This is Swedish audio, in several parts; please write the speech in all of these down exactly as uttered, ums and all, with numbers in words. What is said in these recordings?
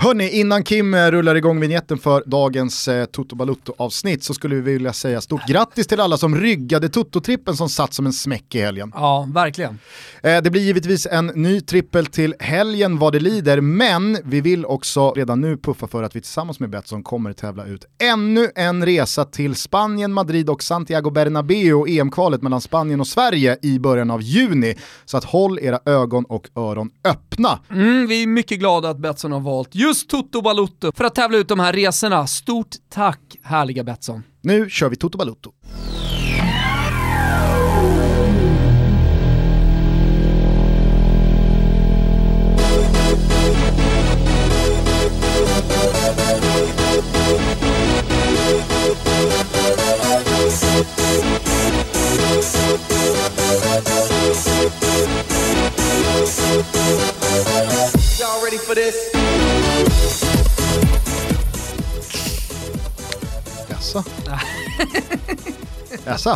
Hörrni, innan Kim rullar igång vignetten för dagens eh, Toto Balutto-avsnitt så skulle vi vilja säga stort grattis till alla som ryggade Toto-trippen som satt som en smäck i helgen. Ja, verkligen. Eh, det blir givetvis en ny trippel till helgen vad det lider, men vi vill också redan nu puffa för att vi tillsammans med Betsson kommer tävla ut ännu en resa till Spanien, Madrid och Santiago Bernabéu, E M-kvalet mellan Spanien och Sverige i början av juni. Så att håll era ögon och öron öppna. Mm, vi är mycket glada att Betsson har valt just Toto Balutto för att tävla ut de här resorna. Stort tack, härliga Betsson. Nu kör vi Toto Balutto. Y'all ready for this? Jaså? Jaså?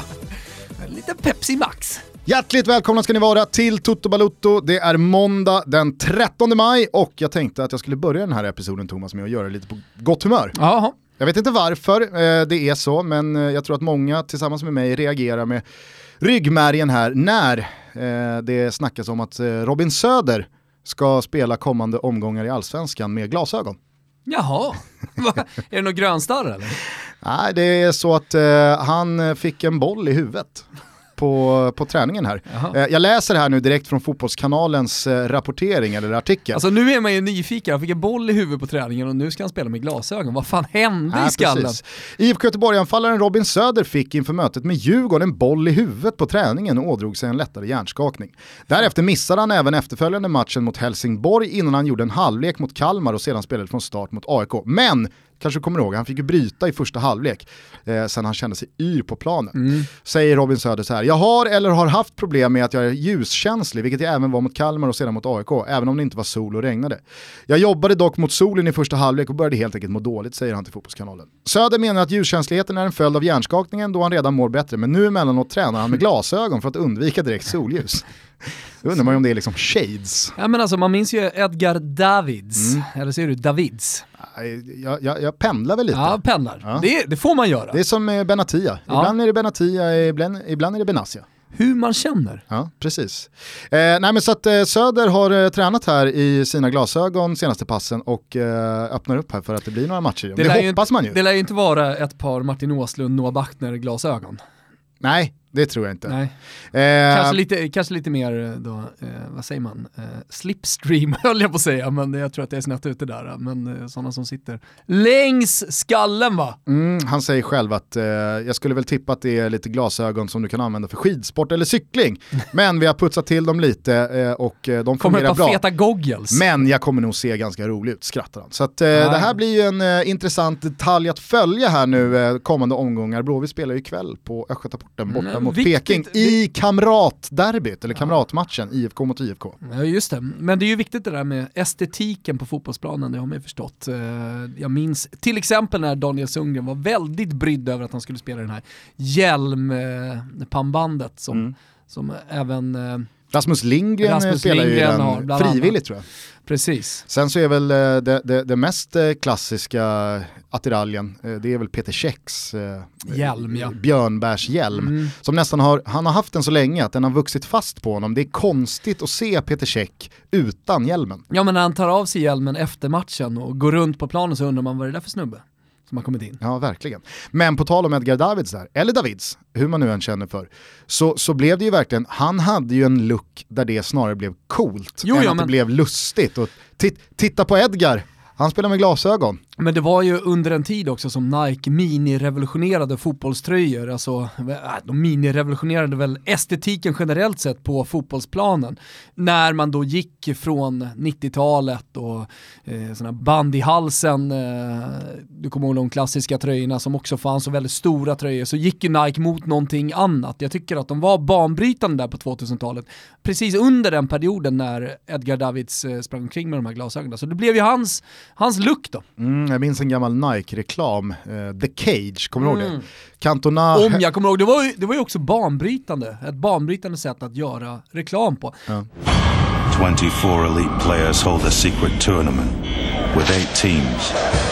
Lite Pepsi Max. Hjärtligt välkomna ska ni vara till Toto Balutto. Det är måndag den trettonde maj och jag tänkte att jag skulle börja den här episoden, Thomas, med att göra lite på gott humör. Jaha. Jag vet inte varför eh, det är så, men eh, jag tror att många tillsammans med mig reagerar med ryggmärgen här när eh, det snackas om att eh, Robin Söder ska spela kommande omgångar i Allsvenskan med glasögon. Jaha, är det något grönstarr eller? Nej, det är så att eh, han fick en boll i huvudet på, på träningen här. Eh, jag läser här nu direkt från Fotbollskanalens eh, rapportering eller artikel. Alltså nu är man ju nyfiken, han fick en boll i huvudet på träningen och nu ska han spela med glasögon. Vad fan hände ja, i skallen? Precis. I F K Göteborg-anfallaren Robin Söder fick inför mötet med Djurgården en boll i huvudet på träningen och ådrog sig en lättare hjärnskakning. Därefter missade han även efterföljande matchen mot Helsingborg innan han gjorde en halvlek mot Kalmar och sedan spelade från start mot A I K. Men kanske kommer ihåg, han fick ju bryta i första halvlek eh, sen han kände sig yr på planen. Mm. Säger Robin Söder så här: jag har eller har haft problem med att jag är ljuskänslig, vilket jag även var mot Kalmar och sedan mot A I K, även om det inte var sol och regnade. Jag jobbade dock mot solen i första halvlek och började helt enkelt må dåligt, säger han till Fotbollskanalen. Söder menar att ljuskänsligheten är en följd av hjärnskakningen då han redan mår bättre, men nu emellanåt tränar han med glasögon för att undvika direkt solljus. Då undrar man ju om det är liksom shades. Ja, men alltså man minns ju Edgar Davids, mm. eller så är det Davids. Jag, jag, jag pendlar väl lite. Ja, pendlar. Ja. Det, det får man göra. Det är som Benatia. Ja. Ibland är det Benatia, ibland, ibland är det Benassia. Hur man känner. Ja, precis. Eh, nej men så att eh, Söder har eh, tränat här i sina glasögon senaste passen och eh, öppnar upp här för att det blir några matcher. Det, det hoppas ju, man ju. Det lär ju inte vara ett par Martin Åslund, Noah Bachner glasögon. Nej, det tror jag inte. Nej. Eh, kanske, lite, kanske lite mer då, eh, vad säger man? Eh, slipstream höll jag på att säga, men jag tror att det är snett ute där. Men eh, sådana som sitter längs skallen, va? Mm, han säger själv att eh, jag skulle väl tippa att det är lite glasögon som du kan använda för skidsport eller cykling. Men vi har putsat till dem lite eh, och de kommer fungerar bra. Feta goggles. Men jag kommer nog se ganska rolig ut, skrattar han. Så att, eh, det här blir ju en eh, intressant detalj att följa här nu eh, kommande omgångar. Blåvitt spelar ju ikväll på Östgötaporten borta mm. mot viktigt, Peking i kamratderbyt eller kamratmatchen I F K mot I F K. Ja, just det. Men det är ju viktigt det där med estetiken på fotbollsplanen, det har man ju förstått. Jag minns till exempel när Daniel Sundgren var väldigt brydd över att han skulle spela den här hjälmpannbandet som, mm. som även Rasmus Lindgren Rasmus spelar Lindgren ju den har, frivilligt annat. Tror jag. Precis. Sen så är väl det, det, det mest klassiska attiraljen, det är väl Peter Käcks eh, hjälm, ja. Björnbärs hjälm. Mm. Som nästan har, han har haft den så länge att den har vuxit fast på honom. Det är konstigt att se Peter Käck utan hjälmen. Ja, men när han tar av sig hjälmen efter matchen och går runt på planen så undrar man vad det är där för snubbe som har kommit in. Ja, verkligen. Men på tal om Edgar Davids där, eller Davids, hur man nu än känner för, så, så blev det ju verkligen, han hade ju en look där det snarare blev coolt jo, än ja, att men... det blev lustigt. Och t- titta på Edgar, han spelar med glasögon. Men det var ju under en tid också som Nike mini-revolutionerade fotbollströjor. Alltså, de mini-revolutionerade väl estetiken generellt sett på fotbollsplanen. När man då gick från nittiotalet och eh, såna band i halsen, eh, du kommer ihåg de klassiska tröjorna som också fanns och väldigt stora tröjor, så gick ju Nike mot någonting annat. Jag tycker att de var banbrytande där på tvåtusentalet. Precis under den perioden när Edgar Davids eh, sprang omkring med de här glasögonen. Så det blev ju hans, hans look då. Mm, jag minns en gammal Nike-reklam, uh, The Cage, kommer du mm. ihåg det? Cantona... Om jag kommer ihåg, det var, ju, det var ju också banbrytande. Ett banbrytande sätt att göra reklam på. Ja. twenty-four elite players hold a secret tournament. with eight teams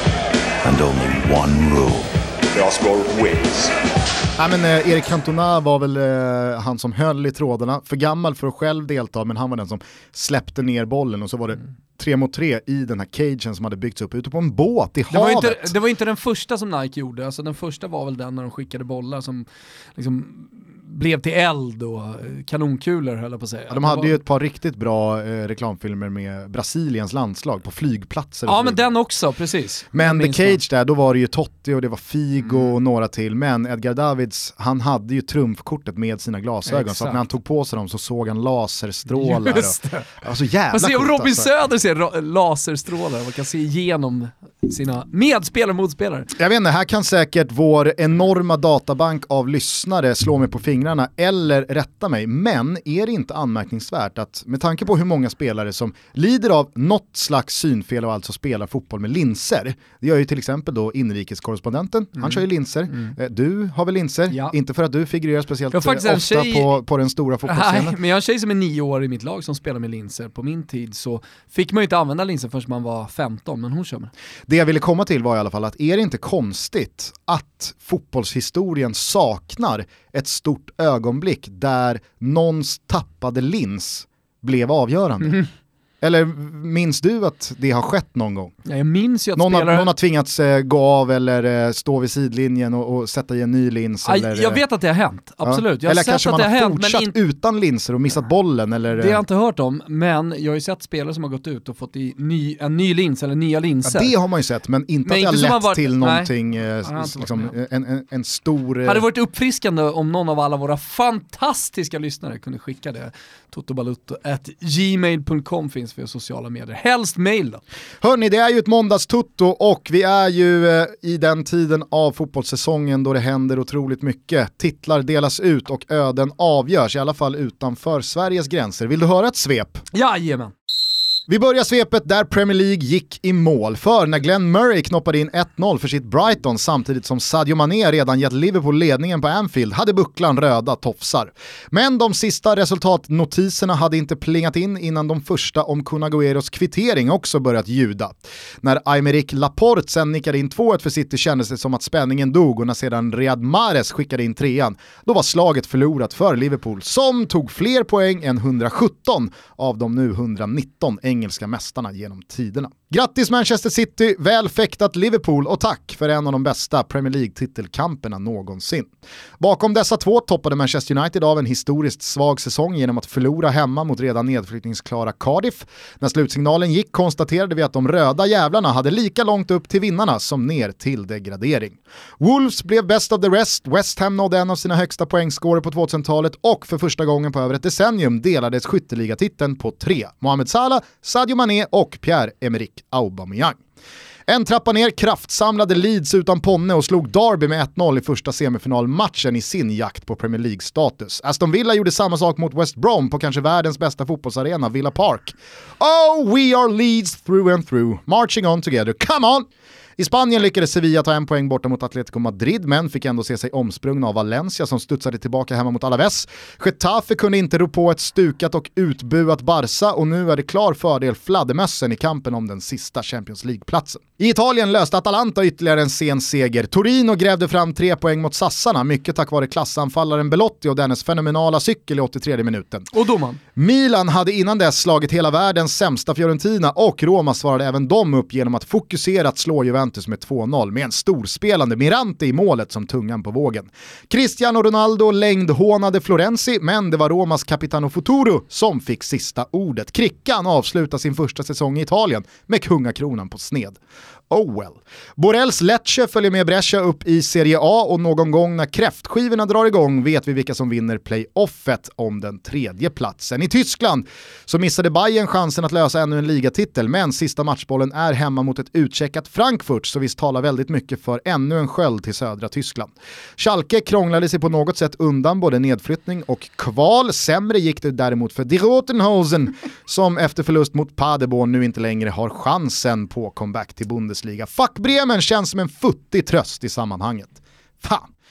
and only one rule. The Oscar wins. Ja, men, eh, Erik Cantona var väl eh, han som höll i trådarna, för gammal för att själv delta, men han var den som släppte ner bollen och så var det mm. tre mot tre i den här cagen som hade byggts upp ute på en båt i det havet. Var inte, det var inte den första som Nike gjorde, alltså den första var väl den när de skickade bollar som liksom blev till eld och kanonkulor, höll jag på att säga. Ja, de hade var... ju ett par riktigt bra eh, reklamfilmer med Brasiliens landslag på flygplatser. Ja, men den också, precis. Men The Cage där, då var det ju Totti och det var Figo mm. och några till. Men Edgar Davids, han hade ju trumfkortet med sina glasögon. Exakt. Så att när han tog på sig dem så såg han laserstrålar. Just det. Och, alltså jävla se, coolt, Robin alltså. Söder ser ra- laserstrålar. Man kan se igenom sina medspelare och motspelare. Jag vet inte, här kan säkert vår enorma databank av lyssnare slå mig på fingrarna eller rätta mig, men är det inte anmärkningsvärt att med tanke på hur många spelare som lider av något slags synfel och alltså spelar fotboll med linser, det gör ju till exempel då inrikeskorrespondenten, mm. han kör ju linser, mm. du har väl linser, ja. Inte för att du figurerar speciellt ofta tjej... på, på den stora fotbollsscenen. Nej, men jag har en tjej som är nio år i mitt lag som spelar med linser. På min tid så fick man ju inte använda linser förrän man var femton, men hon kör med. Det jag ville komma till var i alla fall att är det inte konstigt att fotbollshistorien saknar ett stort ögonblick där någons tappade lins blev avgörande? Mm. Eller minns du att det har skett någon gång? Ja, jag minns ju att någon, spelare... har, någon har tvingats eh, gå av eller eh, stå vid sidlinjen och, och sätta i en ny lins. Aj, eller, jag vet att det har hänt, absolut. Ja. Jag eller har kanske sett man att det har hänt, fortsatt men in... utan linser och missat bollen. Eller, det har jag inte hört om, men jag har ju sett spelare som har gått ut och fått i ny, en ny lins eller nya linser. Ja, det har man ju sett, men inte men att det har lett varit... till någonting, eh, liksom, en, en, en stor... Eh... Hade varit uppfriskande om någon av alla våra fantastiska lyssnare kunde skicka det. totobalutto at gmail dot com finns för sociala medier. Helst mail då. Hörrni, det är ju ett måndagstutto och vi är ju eh, i den tiden av fotbollssäsongen då det händer otroligt mycket. Titlar delas ut och öden avgörs, i alla fall utanför Sveriges gränser. Vill du höra ett svep? Jajamän. Vi börjar svepet där Premier League gick i mål, för när Glenn Murray knoppade in ett noll för sitt Brighton samtidigt som Sadio Mané redan gett Liverpool ledningen på Anfield hade bucklan röda tofsar. Men de sista resultatnotiserna hade inte plingat in innan de första om Kun Agüeros kvittering också börjat ljuda. När Aymeric Laporte sen nickade in två ett för City kändes det som att spänningen dog, och när sedan Riyad Mahrez skickade in trean, då var slaget förlorat för Liverpool som tog fler poäng än hundrasjutton av de nu hundranitton engelska mästarna genom tiderna. Grattis Manchester City, väl fäktat Liverpool och tack för en av de bästa Premier League-titelkamperna någonsin. Bakom dessa två toppade Manchester United av en historiskt svag säsong genom att förlora hemma mot redan nedflyttningsklara Cardiff. När slutsignalen gick konstaterade vi att de röda jävlarna hade lika långt upp till vinnarna som ner till degradering. Wolves blev best of the rest, West Ham nådde en av sina högsta poängskårer på tvåtusentalet och för första gången på över ett decennium delades skytteligatiteln på tre. Mohamed Salah, Sadio Mané och Pierre-Emerick Aubameyang. En trappa ner kraftsamlade Leeds utan ponne och slog Derby med ett noll i första semifinalmatchen i sin jakt på Premier League-status. Aston Villa gjorde samma sak mot West Brom på kanske världens bästa fotbollsarena, Villa Park. Oh, we are Leeds through and through. Marching on together. Come on! I Spanien lyckades Sevilla ta en poäng borta mot Atletico Madrid, men fick ändå se sig omsprungna av Valencia som studsade tillbaka hemma mot Alaves. Getafe kunde inte rå på ett stukat och utbuat Barca, och nu är det klar fördel fladdermössen i kampen om den sista Champions League-platsen. I Italien löste Atalanta ytterligare en sen seger. Torino grävde fram tre poäng mot Sassarna, mycket tack vare klassanfallaren Belotti och dennes fenomenala cykel i åttiotredje minuten. Och domaren? Milan hade innan dess slagit hela världens sämsta Fiorentina, och Roma svarade även de upp genom att fokuserat slå Juventus med två noll med en storspelande Mirante i målet som tungan på vågen. Cristiano Ronaldo längdhånade Florenzi, men det var Romas Capitano Futuro som fick sista ordet. Krickan avslutar sin första säsong i Italien med kungakronan på sned. Oh well. Borrells Lecce följer med Brescia upp i Serie A, och någon gång när kräftskivorna drar igång vet vi vilka som vinner playoffet om den tredje platsen. I Tyskland så missade Bayern chansen att lösa ännu en ligatitel, men sista matchbollen är hemma mot ett utcheckat Frankfurt, så visst talar väldigt mycket för ännu en sköld till södra Tyskland. Schalke krånglade sig på något sätt undan både nedflyttning och kval. Sämre gick det däremot för Die Rotenhausen som efter förlust mot Paderborn nu inte längre har chansen på comeback till Bundesliga. Fuck Bremen känns som en futtig tröst i sammanhanget. Fan.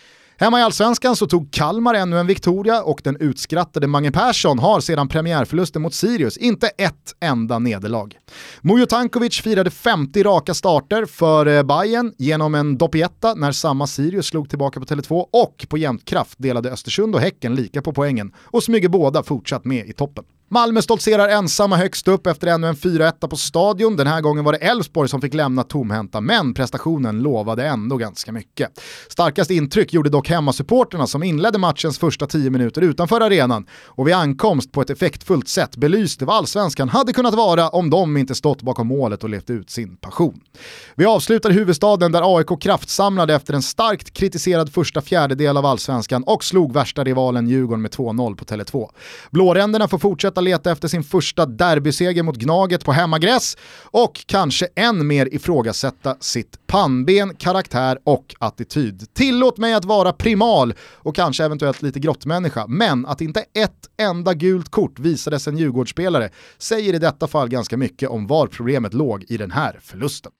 Hemma i Allsvenskan så tog Kalmar ännu en Victoria och den utskrattade Mange Persson har sedan premiärförlusten mot Sirius inte ett enda nederlag. Mujo Tankovic firade femtio raka starter för Bayern genom en doppietta när samma Sirius slog tillbaka på Tele två, och på jämnt kraft delade Östersund och Häcken lika på poängen och smyger båda fortsatt med i toppen. Malmö stoltserar ensamma högst upp efter ännu en fyra ett på Stadion. Den här gången var det Elfsborg som fick lämna tomhänta, men prestationen lovade ändå ganska mycket. Starkast intryck gjorde dock hemmasupporterna som inledde matchens första tio minuter utanför arenan och vid ankomst på ett effektfullt sätt belyste vad Allsvenskan hade kunnat vara om de inte stått bakom målet och levt ut sin passion. Vi avslutar huvudstaden där A I K kraftsamlade efter en starkt kritiserad första fjärdedel av Allsvenskan och slog värsta rivalen Djurgården med två noll på Tele två. Blåränderna får fortsätta leta efter sin första derbyseger mot Gnaget på hemmagräs och kanske än mer ifrågasätta sitt pannben, karaktär och attityd. Tillåt mig att vara primal och kanske eventuellt lite grottmänniska, men att inte ett enda gult kort visades en Djurgårdsspelare säger i detta fall ganska mycket om var problemet låg i den här förlusten.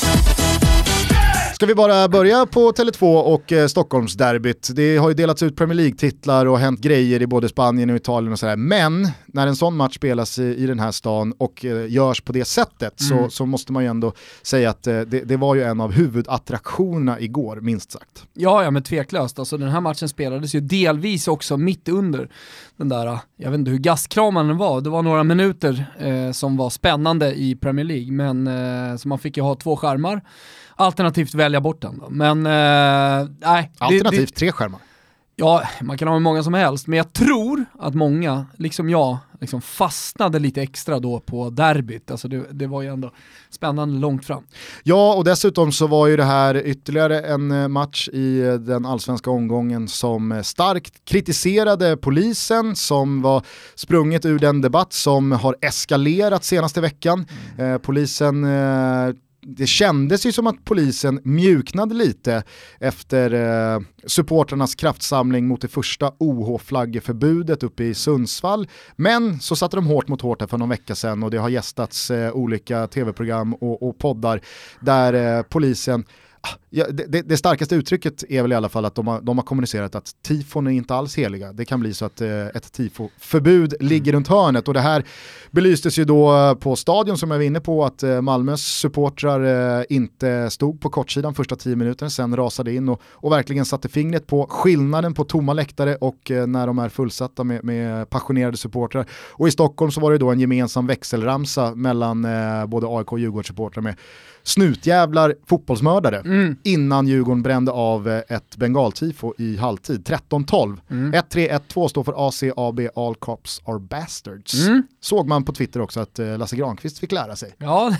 Ska vi bara börja på Tele två och eh, Stockholmsderbyt. Det har ju delats ut Premier League-titlar och hänt grejer i både Spanien och Italien och sådär. Men när en sån match spelas i, i den här stan och eh, görs på det sättet mm. så, så måste man ju ändå säga att eh, det, det var ju en av huvudattraktionerna igår, minst sagt. Ja, ja men tveklöst. Alltså, den här matchen spelades ju delvis också mitt under den där, jag vet inte hur gastkramande den var. Det var några minuter eh, som var spännande i Premier League, men eh, så man fick ju ha två skärmar. Alternativt välja bort den då. Men eh, nej. Alternativt det, tre skärmar. Ja, man kan ha hur många som helst. Men jag tror att många, liksom jag, liksom fastnade lite extra då på derbyt. Alltså det, det var ju ändå spännande långt fram. Ja, och dessutom så var ju det här ytterligare en match i den allsvenska omgången som starkt kritiserade polisen, som var sprunget ur den debatt som har eskalerat senaste veckan. Mm. Eh, polisen... Eh, Det kändes ju som att polisen mjuknade lite efter eh, supporternas kraftsamling mot det första O H-flaggeförbudet uppe i Sundsvall. Men så satte de hårt mot hårt här för någon vecka sedan och det har gästats eh, olika tv-program och, och poddar där eh, polisen... Ja, det, det starkaste uttrycket är väl i alla fall att de har, de har kommunicerat att tifon är inte alls heliga. Det kan bli så att eh, ett tifoförbud ligger runt hörnet, och det här belystes ju då på Stadion som jag var inne på, att eh, Malmös supportrar eh, inte stod på kortsidan första tio minuter, sen rasade in och, och verkligen satte fingret på skillnaden på tomma läktare och eh, när de är fullsatta med, med passionerade supportrar. Och i Stockholm så var det då en gemensam växelramsa mellan eh, både A I K och Djurgårdssupportrar med snutjävlar fotbollsmördare mm. innan Djurgården brände av ett bengaltifo i halvtid. tretton tolv. Mm. ett tre ett två står för A C A B, All Cops Are Bastards. Mm. Såg man på Twitter också att Lasse Granqvist fick lära sig. Ja.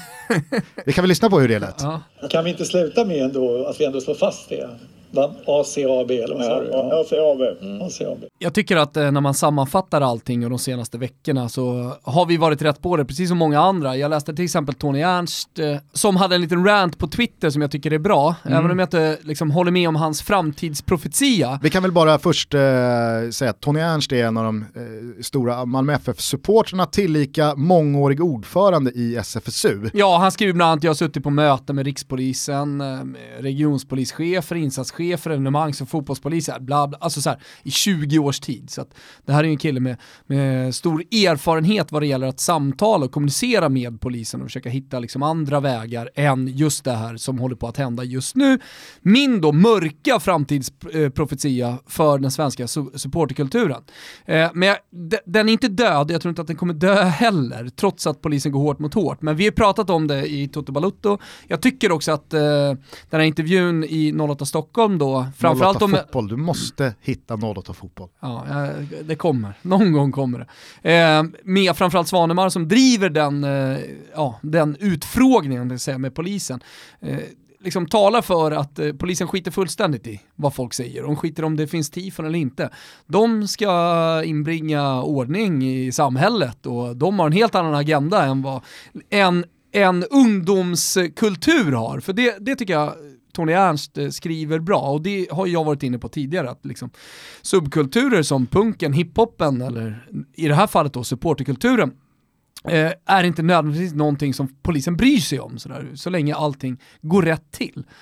Vi kan väl lyssna på hur det lät. Ja. Kan vi inte sluta med ändå att vi ändå slår fast det? A C A B eller vad sa du? Ja, A C A B. Mm. A C A B. Jag tycker att eh, när man sammanfattar allting och de senaste veckorna så har vi varit rätt på det, precis som många andra. Jag läste till exempel Tony Ernst eh, som hade en liten rant på Twitter som jag tycker är bra, mm. även om jag inte liksom håller med om hans framtidsprofetia. Vi kan väl bara först eh, säga att Tony Ernst är en av de eh, stora Malmö F F-supporterna, tillika mångårig ordförande i S F S U. Ja, han skriver bland annat: jag har suttit på möte med Rikspolisen, eh, regionspolischefer, insatschefer, chefer, evenemangs- och fotbollspoliser, bla bla, alltså så här, i tjugo års tid. Så att det här är ju en kille med, med stor erfarenhet vad det gäller att samtala och kommunicera med polisen och försöka hitta liksom andra vägar än just det här som håller på att hända just nu. Min då mörka framtidsprofetia för den svenska su- supporterkulturen. Eh, men jag, d- den är inte död, jag tror inte att den kommer dö heller, trots att polisen går hårt mot hårt. Men vi har pratat om det i Toto Balutto. Jag tycker också att eh, den här intervjun i noll åtta Stockholm då, framförallt om fotboll, du måste hitta noll åtta fotboll. Ja, det kommer. Någon gång kommer det. Eh, med framförallt Svanemar som driver den, eh, ja, den utfrågningen det säga, med polisen. Eh, liksom talar för att eh, polisen skiter fullständigt i vad folk säger. De skiter om det finns tifon eller inte. De ska inbringa ordning i samhället och de har en helt annan agenda än vad en, en ungdomskultur har. För det, det tycker jag Tony Ernst skriver bra, och det har jag varit inne på tidigare, att liksom subkulturer som punken, hiphopen eller i det här fallet då supporterkulturen eh, är inte nödvändigtvis någonting som polisen bryr sig om sådär, så länge allting går rätt till.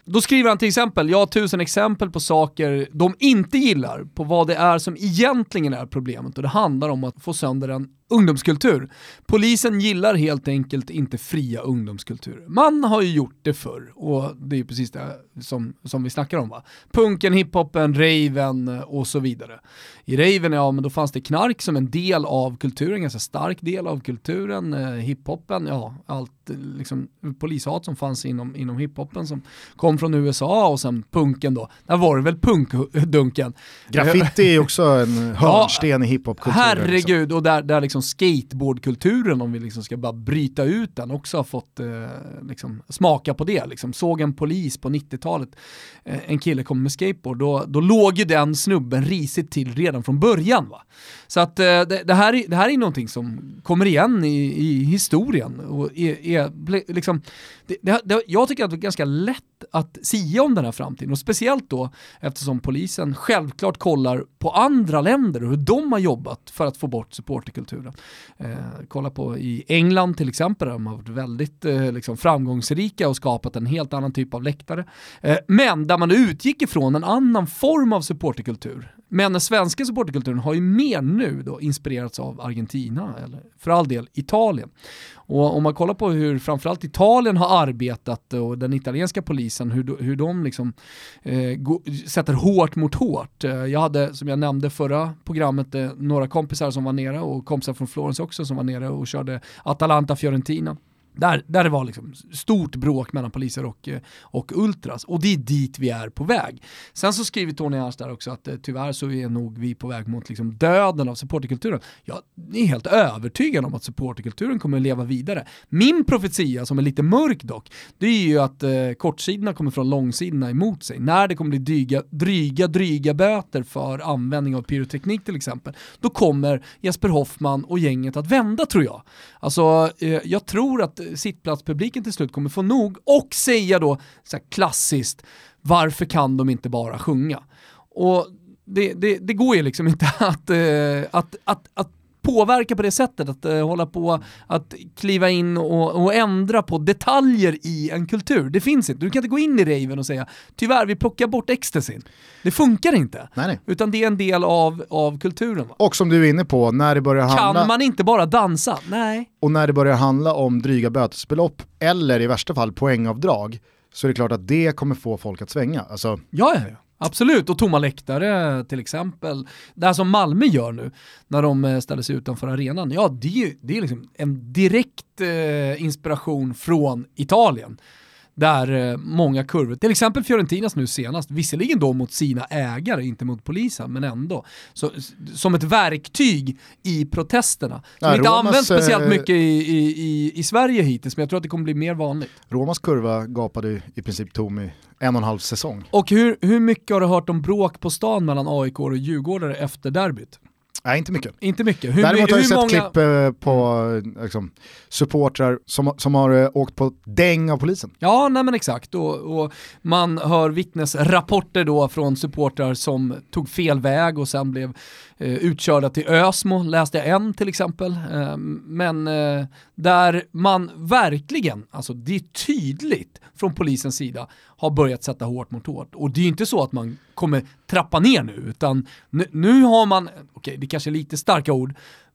då skriver han till exempel, jag har tusen exempel på saker de inte gillar, på vad det är som egentligen är problemet, och det handlar om att få sönder en ungdomskultur. Polisen gillar helt enkelt inte fria ungdomskulturer. Man har ju gjort det förr, och det är precis det som, som vi snackar om, va? Punken, hiphopen, raven och så vidare. I raven, ja, men då fanns det knark som en del av kulturen, en ganska stark del av kulturen. Eh, hiphopen, ja, allt liksom polishat som fanns inom, inom hiphopen som kom från U S A, och sen punken då. Där var det väl punkdunken. Graffiti är också en hörnsten ja, i hiphopkulturen. Herregud, liksom. Och där, där liksom skateboardkulturen, om vi liksom ska bara bryta ut den, också har fått eh, liksom smaka på det. Liksom. Såg en polis på nittiotalet, eh, en kille kom med skateboard, då, då låg ju den snubben risigt till redan från början. Va? Så att eh, det, det, här är, det här är någonting som kommer igen i, i historien, och är, är liksom, det, det, det, jag tycker att det är ganska lätt att sia om den här framtiden, och speciellt då eftersom polisen självklart kollar på andra länder och hur de har jobbat för att få bort supporterkulturen. Eh, kolla på i England till exempel, där de har varit väldigt eh, liksom framgångsrika och skapat en helt annan typ av läktare. Eh, men där man utgick ifrån en annan form av supporterkultur. Men den svenska supporterkulturen har ju mer nu då inspirerats av Argentina, eller för all del Italien. Och om man kollar på hur framförallt Italien har arbetat, och den italienska polisen, hur, hur de liksom eh, go, sätter hårt mot hårt. Eh, jag hade, som jag nämnde förra programmet, eh, några kompisar som var nere, och kompisar från Florens också som var nere och körde Atalanta-Fiorentina. Där, där det var liksom stort bråk mellan poliser och, och ultras. Och det är dit vi är på väg. Sen så skriver Tony Ernst där också att tyvärr så är nog vi på väg mot liksom döden av supporterkulturen. Jag är helt övertygad om att supporterkulturen kommer att leva vidare. Min profetia, som är lite mörk dock, det är ju att eh, kortsidorna kommer från långsidorna emot sig. När det kommer bli dryga, dryga, dryga böter för användning av pyroteknik till exempel, då kommer Jesper Hoffman och gänget att vända, tror jag. Alltså, eh, jag tror att sittplatspubliken till slut kommer få nog och säga då så här klassiskt, varför kan de inte bara sjunga? Och det, det, det går ju liksom inte att, eh, att, att, att påverka på det sättet, att uh, hålla på att kliva in och, och ändra på detaljer i en kultur. Det finns inte. Du kan inte gå in i raven och säga, tyvärr, vi plockar bort ecstasin. Det funkar inte. Nej, nej. Utan det är en del av, av kulturen. Va? Och som du är inne på, när det börjar handla... Kan man inte bara dansa? Nej. Och när det börjar handla om dryga bötesbelopp, eller i värsta fall poängavdrag, så är det klart att det kommer få folk att svänga. Alltså... Ja, ja, ja. Absolut, och tomma läktare till exempel. Det här som Malmö gör nu när de ställer sig utanför arenan, ja, det är ju det är liksom en direkt eh, inspiration från Italien. Där eh, många kurvor, till exempel Fiorentinas nu senast, visserligen då mot sina ägare, inte mot polisen, men ändå. Så, som ett verktyg i protesterna. Som ja, inte Romas, används speciellt mycket i, i, i, i Sverige hittills, men jag tror att det kommer bli mer vanligt. Romas kurva gapade i princip tom i en och en halv säsong. Och hur, hur mycket har du hört om bråk på stan mellan A I K och Djurgårdare efter derbyt? Nej, inte mycket. Inte mycket. Hur, Däremot har jag hur sett många... klipp eh, på liksom, supportrar som, som har eh, åkt på däng av polisen. Ja, nej men exakt. Och, och man hör vittnesrapporter då från supportrar som tog fel väg och sen blev eh, utkörda till Ösmo, läste jag en till exempel. Eh, men eh, där man verkligen, alltså det är tydligt från polisens sida, har börjat sätta hårt mot hårt. Och det är ju inte så att man kommer trappa ner nu, utan nu, nu har man, okej okay, det kanske är lite starka ord,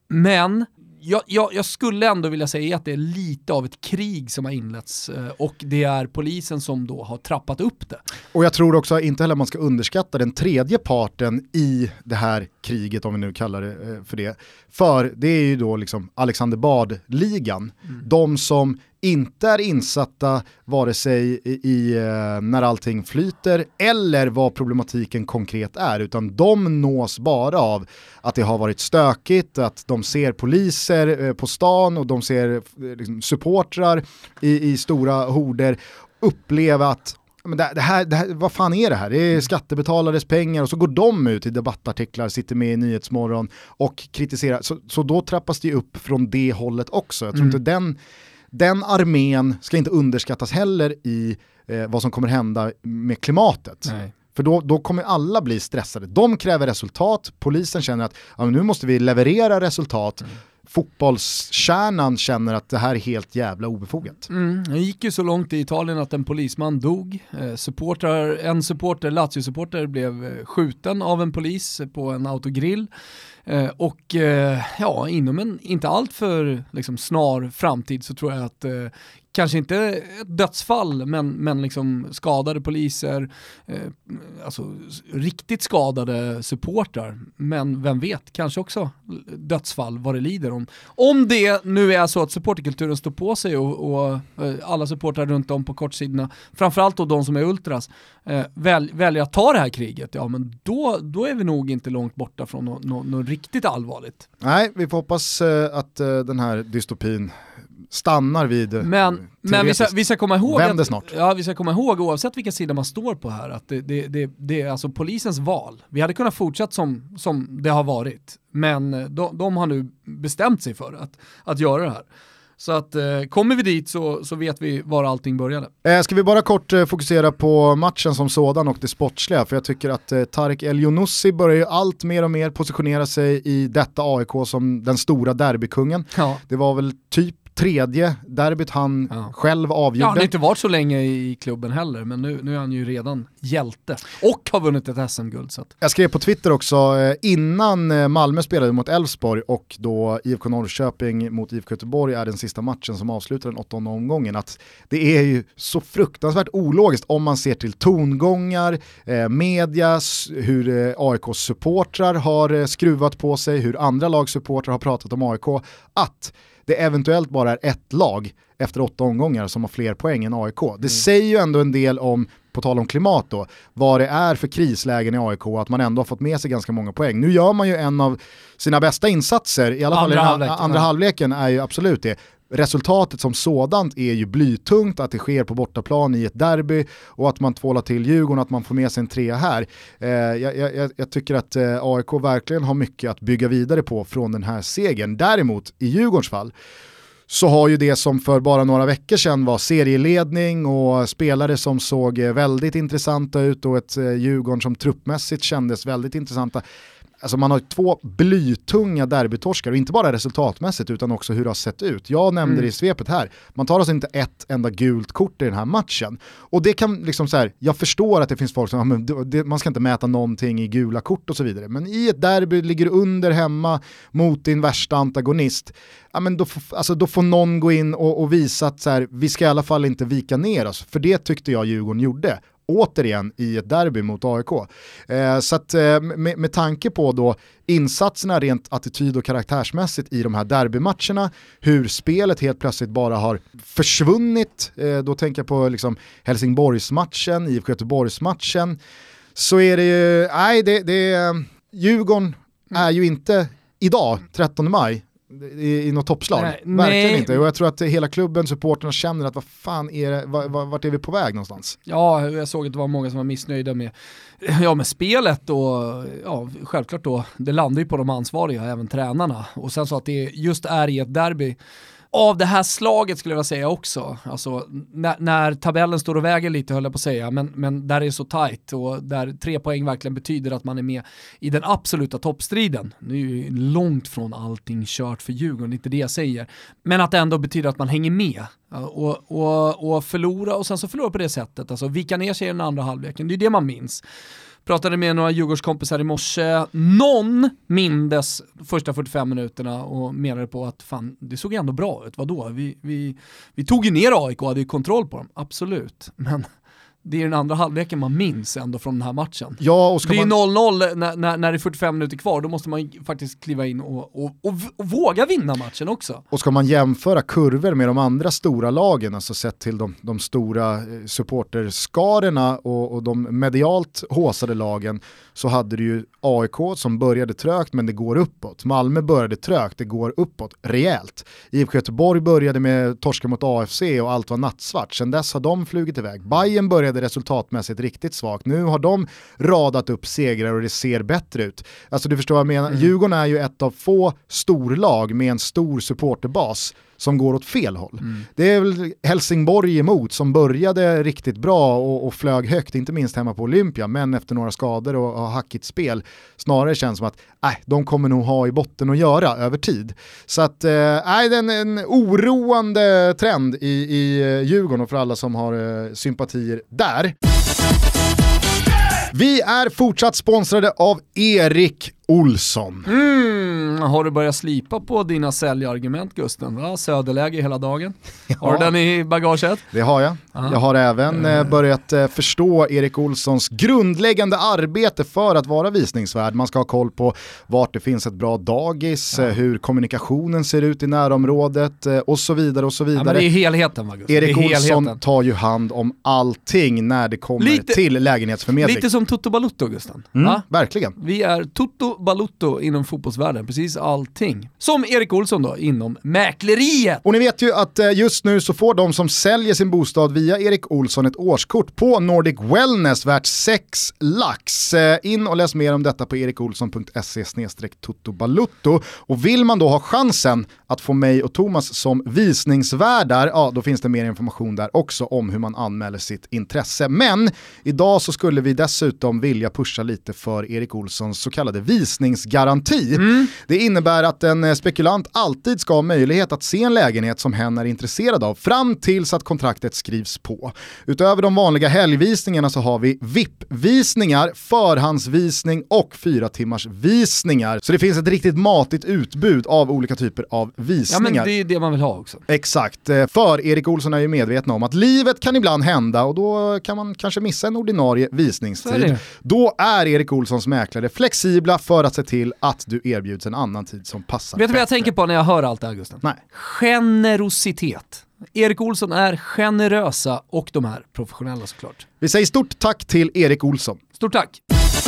men jag, jag, jag skulle ändå vilja säga att det är lite av ett krig som har inletts, och det är polisen som då har trappat upp det. Och jag tror också inte heller man ska underskatta den tredje parten i det här kriget, om vi nu kallar det för det. För det är ju då liksom Alexander Bard-ligan. Mm. De som inte är insatta vare sig i, i när allting flyter eller vad problematiken konkret är, utan de nås bara av att det har varit stökigt, att de ser poliser på stan och de ser liksom, supportrar i, i stora horder uppleva att men det, det, här, det här, vad fan är det här? Det är skattebetalares pengar, och så går de ut i debattartiklar, sitter med i Nyhetsmorgon och kritiserar. Så, så då trappas det upp från det hållet också. Jag tror mm. inte den, den armén ska inte underskattas heller i eh, vad som kommer hända med klimatet. Nej. För då, då kommer alla bli stressade. De kräver resultat. Polisen känner att ja, nu måste vi leverera resultat. Mm. fotbollskärnan känner att det här är helt jävla obefogat. Mm, det gick ju så långt i Italien att en polisman dog. Eh, supporter, en supporter, Lazio-supporter blev skjuten av en polis på en autogrill. Eh, och eh, ja, inom en inte allt för liksom, snar framtid så tror jag att eh, kanske inte ett dödsfall men, men liksom skadade poliser, eh, alltså riktigt skadade supportrar, men vem vet, kanske också dödsfall vad det lider om. Om det nu är så att supporterkulturen står på sig och, och eh, alla supportrar runt om på kortsidorna, framförallt då de som är ultras, eh, väl, väljer att ta det här kriget, ja men då, då är vi nog inte långt borta från något no, no riktigt allvarligt. Nej, vi får hoppas eh, att eh, den här dystopin stannar vid men, men vi, ska, vi ska komma ihåg vänder att, snart. Ja, vi ska komma ihåg oavsett vilken sida man står på här att det, det, det, det är alltså polisens val. Vi hade kunnat fortsätta som, som det har varit, men de, de har nu bestämt sig för att, att göra det här. Så att eh, kommer vi dit så, så vet vi var allting började. Eh, ska vi bara kort eh, fokusera på matchen som sådan och det sportsliga, för jag tycker att eh, Tarek El-Younousi börjar ju allt mer och mer positionera sig i detta A I K som den stora derbykungen. Ja. Det var väl typ tredje derbyt han ja. själv avgjorde. Ja, han har inte varit så länge i klubben heller, men nu, nu är han ju redan hjälte och har vunnit ett S M-guld. Så att. Jag skrev på Twitter också innan Malmö spelade mot Elfsborg och då I F K Norrköping mot I F K Göteborg är den sista matchen som avslutar den åttonde omgången, att det är ju så fruktansvärt ologiskt om man ser till tongångar, eh, medias, hur eh, A I K-supportrar har eh, skruvat på sig, hur andra lagsupportrar har pratat om A I K, att det eventuellt bara är ett lag efter åtta omgångar som har fler poäng än A I K. Det mm. säger ju ändå en del om, på tal om klimat då, vad det är för krislägen i A I K, att man ändå har fått med sig ganska många poäng. Nu gör man ju en av sina bästa insatser, i alla fall andra i den halvlek, andra ja. halvleken är ju absolut det. Resultatet som sådant är ju blytungt, att det sker på bortaplan i ett derby och att man tvålar till Djurgården, att man får med sig en trea här. Eh, jag, jag, jag tycker att eh, A I K verkligen har mycket att bygga vidare på från den här segern. Däremot i Djurgårdens fall så har ju det som för bara några veckor sedan var serieledning och spelare som såg väldigt intressanta ut och ett eh, Djurgården som truppmässigt kändes väldigt intressanta. Alltså man har två blytunga derbytorskar och inte bara resultatmässigt utan också hur det har sett ut. Jag nämnde mm. det i svepet här. Man tar alltså inte ett enda gult kort i den här matchen. Och det kan liksom så här, jag förstår att det finns folk som, ja, men det, man ska inte mäta någonting i gula kort och så vidare. Men i ett derby ligger under hemma mot din värsta antagonist. Ja, men då, alltså, då får någon gå in och, och visa att så här, vi ska i alla fall inte vika ner oss. För det tyckte jag Djurgården gjorde. Återigen i ett derby mot A I K. Eh, så att eh, med, med tanke på då insatserna rent attityd- och karaktärsmässigt i de här derbymatcherna, hur spelet helt plötsligt bara har försvunnit, eh, då tänker jag på liksom Helsingborgsmatchen, I F K Göteborgsmatchen, så är det ju, nej det, det Djurgården är ju inte idag, trettonde maj, i, i något toppslag. Nej, Verkligen nej. inte. Och jag tror att hela klubben, supporterna känner att vad fan är det, var, vart är vi på väg någonstans? Ja, jag såg att det var många som var missnöjda med, ja, med spelet och ja, självklart då, det landar ju på de ansvariga, även tränarna. Och sen så att det just är i ett derby av det här slaget skulle jag vilja säga också. Alltså när, när tabellen står och väger lite höll jag på att säga, men, men där är det så tajt och där tre poäng verkligen betyder att man är med i den absoluta toppstriden. Nu är ju långt från allting kört för Djurgården, inte det jag säger. Men att det ändå betyder att man hänger med och, och, och förlora och sen så förlora på det sättet. Alltså vika ner sig i den andra halvleken, det är det man minns. Pratade med några Djurgårdskompisar i morse. Någon mindes första fyrtiofem minuterna och menade på att fan, det såg ändå bra ut. Vadå? Vi, vi, vi tog ju ner A I K och hade ju kontroll på dem. Absolut. Men det är den andra halvleken man minns ändå från den här matchen. Ja, och ska det är man... noll noll när, när, när det är fyrtiofem minuter kvar. Då måste man faktiskt kliva in och, och, och, och våga vinna matchen också. Och ska man jämföra kurvor med de andra stora lagen, alltså sett till de, de stora supporterskarorna och, och de medialt håsade lagen, så hade du ju A I K som började trögt men det går uppåt. Malmö började trögt, det går uppåt rejält. I F K Göteborg började med torska mot A F C och allt var nattsvart. Sen dess har de flugit iväg. Bayern började resultatmässigt riktigt svagt. Nu har de radat upp segrar och det ser bättre ut. Alltså du förstår vad jag menar. Mm. Djurgården är ju ett av få storlag med en stor supporterbas som går åt fel håll. Mm. Det är väl Helsingborg emot som började riktigt bra och, och flög högt, inte minst hemma på Olympia, men efter några skador och, och hackigt spel snarare känns som att äh, de kommer nog ha i botten att göra över tid. Så att äh, det är en, en oroande trend i, i Djurgården och för alla som har äh, sympatier där. Vi är fortsatt sponsrade av Erik Olsson. Mm, har du börjat slipa på dina säljargument, Gusten? Va? Söderläge hela dagen. Ja. Har du den i bagaget? Det har jag. Aha. Jag har även eh, börjat eh, förstå Erik Olssons grundläggande arbete för att vara visningsvärd. Man ska ha koll på vart det finns ett bra dagis, ja. eh, hur kommunikationen ser ut i närområdet eh, och så vidare och så vidare. Ja, men det är helheten, va, Gusten? Erik är Olsson helheten. tar ju hand om allting när det kommer lite, till lägenhetsförmedling. Lite som Toto Balutto, Gusten. Mm, va? Verkligen. Vi är Toto Balutto inom fotbollsvärlden, precis allting. Som Erik Olsson då, inom mäkleriet. Och ni vet ju att just nu så får de som säljer sin bostad via Erik Olsson ett årskort på Nordic Wellness värt sex lax. In och läs mer om detta på erikolsson punkt se slash totobalutto. Och vill man då ha chansen att få mig och Thomas som visningsvärdar, ja då finns det mer information där också om hur man anmäler sitt intresse. Men idag så skulle vi dessutom vilja pusha lite för Erik Olssons så kallade visningsgaranti. Mm. Det innebär att en spekulant alltid ska ha möjlighet att se en lägenhet som hen är intresserad av fram tills att kontraktet skrivs på. Utöver de vanliga helgvisningarna så har vi V I P-visningar, förhandsvisning och fyra timmars visningar. Så det finns ett riktigt matigt utbud av olika typer av visningar. Ja, men det är det man vill ha också. Exakt, för Erik Olsson är ju medveten om att livet kan ibland hända och då kan man kanske missa en ordinarie visningstid. Då är Erik Olssons mäklare flexibla för att se till att du erbjuds en annan tid som passar. Vet du vad jag tänker på när jag hör allt det här, Gusten? Nej. Generositet. Erik Olsson är generösa och de är professionella såklart. Vi säger stort tack till Erik Olsson. Stort tack.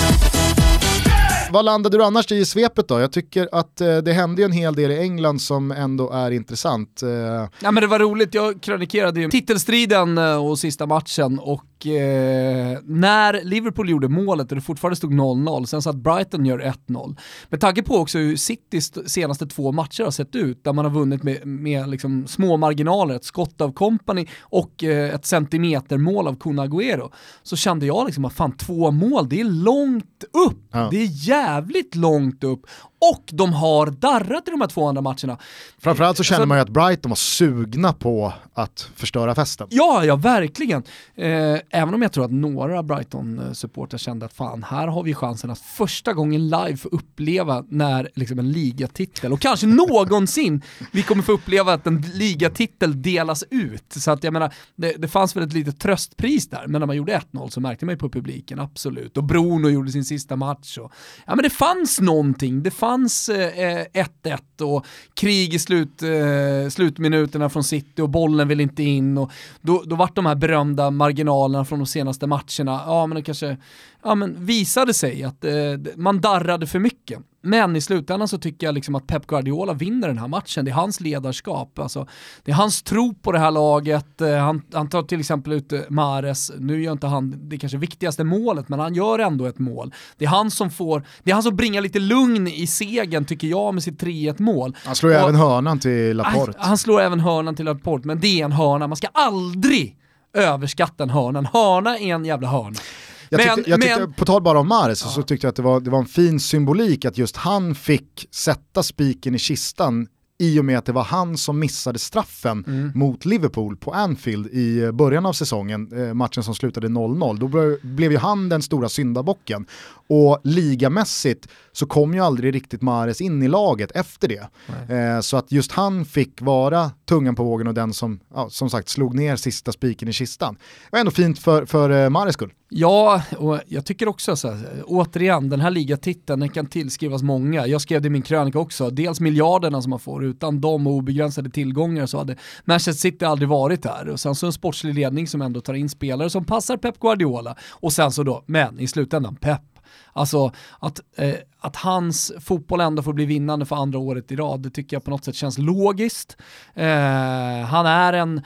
Vad landade du annars i svepet då? Jag tycker att eh, det hände ju en hel del i England som ändå är intressant. Eh... Ja, men det var roligt, jag kronikerade ju titelstriden och sista matchen och eh, när Liverpool gjorde målet och det fortfarande stod noll noll, sen så att Brighton gör ett noll. Med tanke på också hur Citys senaste två matcher har sett ut, där man har vunnit med, med liksom små marginaler, ett skott av Kompany och eh, ett centimetermål av Kun Agüero, så kände jag liksom att fan, två mål, det är långt upp. Ja. Det är jävligt långt upp. Och de har darrat i de här två andra matcherna. Framförallt så känner alltså, man ju att Brighton var sugna på att förstöra festen. Ja, ja, verkligen. Eh, även om jag tror att några Brighton-supportrar kände att fan, här har vi chansen att första gången live få uppleva när liksom en ligatitel, och kanske någonsin vi kommer få uppleva att en ligatitel delas ut. Så att jag menar, det, det fanns väl ett litet tröstpris där, men när man gjorde ett noll så märkte man ju på publiken, absolut. Och Bruno gjorde sin sista match. Och, ja, men det fanns någonting. Det fanns fanns eh, ett ett och krig i slut, eh, slutminuterna från City och bollen vill inte in och då, då vart de här berömda marginalerna från de senaste matcherna, ja men det kanske ja, men visade sig att eh, man darrade för mycket. Men i slutändan så tycker jag liksom att Pep Guardiola vinner den här matchen. Det är hans ledarskap. Alltså, det är hans tro på det här laget. Han, han tar till exempel ut Mahrez. Nu gör inte han det kanske viktigaste målet, men han gör ändå ett mål. Det är han som får, det är han som bringar lite lugn i segern tycker jag med sitt tre ett mål. Han slår ju även hörnan till Laporte. Han, han slår även hörnan till Laporte, men det är en hörna. Man ska aldrig överskatta en hörna. En hörna är en jävla hörna. Jag tyckte, men, jag tyckte, men, på tal bara om Mahrez ja. så tyckte jag att det var, det var en fin symbolik att just han fick sätta spiken i kistan i och med att det var han som missade straffen mm. mot Liverpool på Anfield i början av säsongen, eh, matchen som slutade noll noll. Då ble, blev ju han den stora syndabocken. Och ligamässigt så kom ju aldrig riktigt Mahrez in i laget efter det. Eh, så att just han fick vara tungan på vågen och den som, ja, som sagt, slog ner sista spiken i kistan. Det var ändå fint för, för eh, Mahrez skull. Ja, och jag tycker också så här, återigen, den här ligatiteln, den kan tillskrivas många. Jag skrev det i min krönika också. Dels miljarderna som man får, utan de obegränsade tillgångar så hade Manchester City aldrig varit där. Och sen så en sportslig ledning som ändå tar in spelare som passar Pep Guardiola. Och sen så då, men i slutändan Pep. Alltså att, eh, att hans fotboll ändå får bli vinnande för andra året i rad, det tycker jag på något sätt känns logiskt. Eh, han är en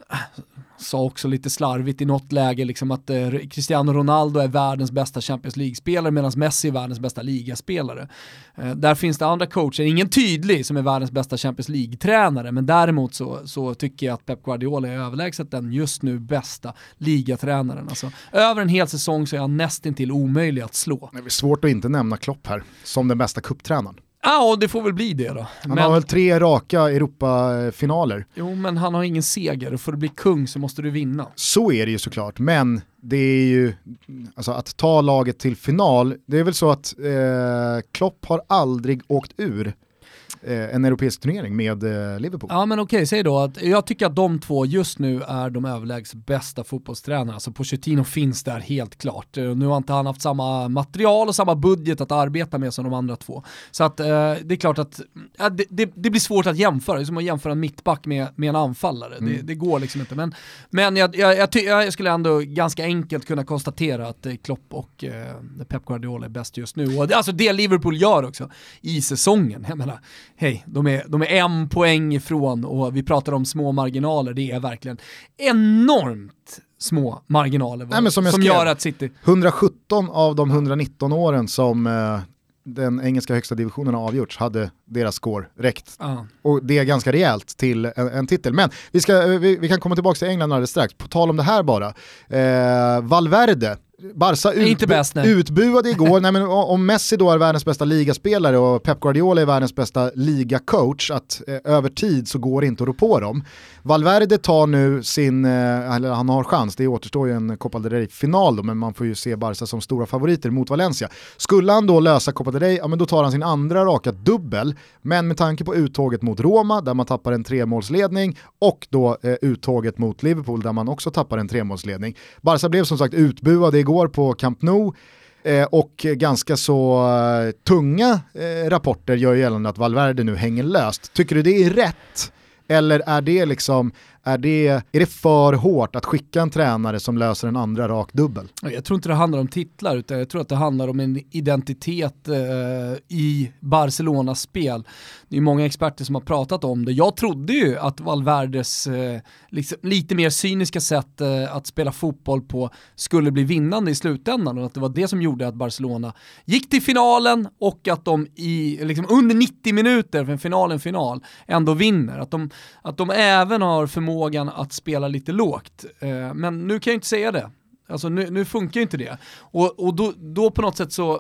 sa också lite slarvigt i något läge liksom att eh, Cristiano Ronaldo är världens bästa Champions League-spelare medan Messi är världens bästa ligaspelare. Eh, där finns det andra coacher, ingen tydlig som är världens bästa Champions League-tränare, men däremot så, så tycker jag att Pep Guardiola är överlägset den just nu bästa ligatränaren. Alltså, över en hel säsong så är han nästintill omöjlig att slå. Det är svårt att inte nämna Klopp här som den bästa cuptränaren. Ja, det får väl bli det då. Han men, har väl tre raka Europafinaler. Jo, men han har ingen seger och för att bli kung så måste du vinna. Så är det ju såklart, men det är ju, alltså att ta laget till final, det är väl så att eh, Klopp har aldrig åkt ur eh, en europeisk turnering med eh, Liverpool. Ja, men okej, säg då att jag tycker att de två just nu är de överlägset bästa fotbollstränarna. Alltså Pochettino finns där helt klart. Nu har inte han haft samma material och samma budget att arbeta med som de andra två. Så att eh, det är klart att ja, det, det, det blir svårt att jämföra. Det är som att jämföra en mittback med, med en anfallare. Mm. Det, det går liksom inte. Men, men jag, jag, jag, ty- jag skulle ändå ganska enkelt kunna konstatera att eh, Klopp och eh, Pep Guardiola är bäst just nu. Och det, alltså det Liverpool gör också i säsongen. Jag menar, hej, de är, de är en poäng ifrån och vi pratar om små marginaler. Det är verkligen enormt små marginaler Nej, men som, som gör att City... hundrasjutton av de hundranitton åren som eh, den engelska högsta divisionen har avgjorts hade deras score räckt. Ah. Och det är ganska rejält till en, en titel. Men vi, ska, vi, vi kan komma tillbaka till England alldeles strax. På tal om det här bara. Eh, Valverde, Barca utbu- bäst, utbuade igår. Nej, men om Messi då är världens bästa ligaspelare och Pep Guardiola är världens bästa ligacoach, att eh, över tid så går det inte att rå på dem. Valverde tar nu sin, eh, eller han har chans, det återstår ju en Copa del Rey-final då, men man får ju se Barca som stora favoriter mot Valencia. Skulle han då lösa Copa del Rey, ja men då tar han sin andra raka dubbel, men med tanke på uttåget mot Roma där man tappar en tremålsledning och då eh, uttåget mot Liverpool där man också tappar en tremålsledning. Barca blev som sagt utbuade igår på Camp Nou eh, och ganska så eh, tunga eh, rapporter gör gällande att Valverde nu hänger löst. Tycker du det är rätt? Eller är det liksom är det, är det för hårt att skicka en tränare som löser en andra rak dubbel? Jag tror inte det handlar om titlar, utan jag tror att det handlar om en identitet eh, i Barcelonas spel. Det är många experter som har pratat om det. Jag trodde ju att Valverdes eh, liksom, lite mer cyniska sätt eh, att spela fotboll på skulle bli vinnande i slutändan, och att det var det som gjorde att Barcelona gick till finalen och att de i, liksom, under nittio minuter, för en final en final, ändå vinner. Att de, att de även har förmågan att spela lite lågt. Eh, men nu kan jag inte säga det. Alltså nu, nu funkar ju inte det. Och, och då, då på något sätt så,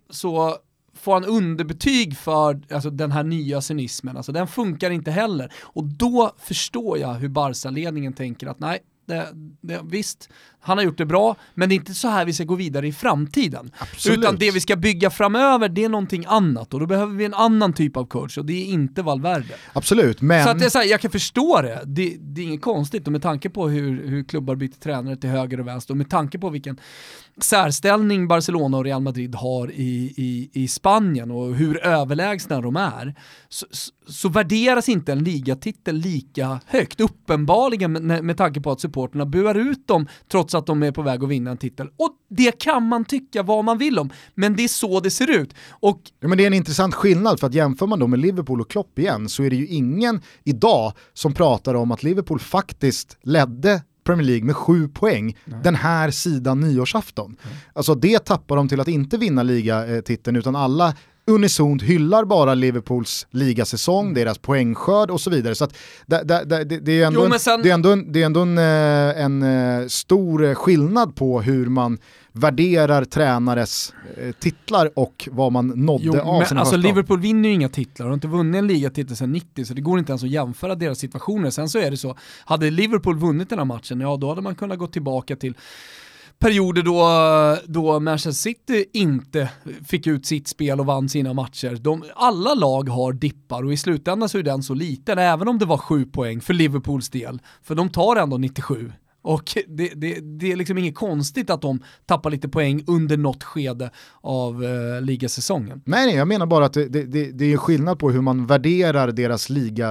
så får han underbetyg för alltså, den här nya cynismen. Alltså den funkar inte heller. Och då förstår jag hur Barca-ledningen tänker att nej, det, det, visst, han har gjort det bra, men det är inte så här vi ska gå vidare i framtiden. Absolut. Utan det vi ska bygga framöver, det är någonting annat, och då behöver vi en annan typ av coach, och det är inte Valverde. Absolut, men... Så att det är så här, jag kan förstå det. det. Det är inget konstigt, och med tanke på hur, hur klubbar byter tränare till höger och vänster, och med tanke på vilken särställning Barcelona och Real Madrid har i, i, i Spanien och hur överlägsna de är, så, så, så värderas inte en ligatitel lika högt, uppenbarligen med, med tanke på att supporterna buar ut dem trots att de är på väg att vinna en titel. Och det kan man tycka vad man vill om, men det är så det ser ut. Och ja, men det är en intressant skillnad, för att jämför man då med Liverpool och Klopp igen, så är det ju ingen idag som pratar om att Liverpool faktiskt ledde Premier League med sju poäng Nej. den här sidan nyårsafton. Mm. Alltså det tappar de till att inte vinna ligatiteln, utan alla unisont hyllar bara Liverpools ligasäsong, mm. deras poängskörd och så vidare. Så att det, det, det, det är ändå, jo, sen... en, det är ändå, en, det är ändå en, en, en stor skillnad på hur man värderar tränares eh, titlar och vad man nådde jo, av sina alltså första. Liverpool vinner ju inga titlar, de har inte vunnit en ligatitel sedan nittio, så det går inte ens att jämföra deras situationer. Sen så är det så, hade Liverpool vunnit den här matchen, ja då hade man kunnat gå tillbaka till perioder då, då Manchester City inte fick ut sitt spel och vann sina matcher. De, alla lag har dippar, och i slutändan så är den så liten, även om det var sju poäng för Liverpools del, för de tar ändå nittiosju. Och det, det, det är liksom inget konstigt att de tappar lite poäng under något skede av eh, ligasäsongen. Nej, nej, jag menar bara att det, det, det är en skillnad på hur man värderar deras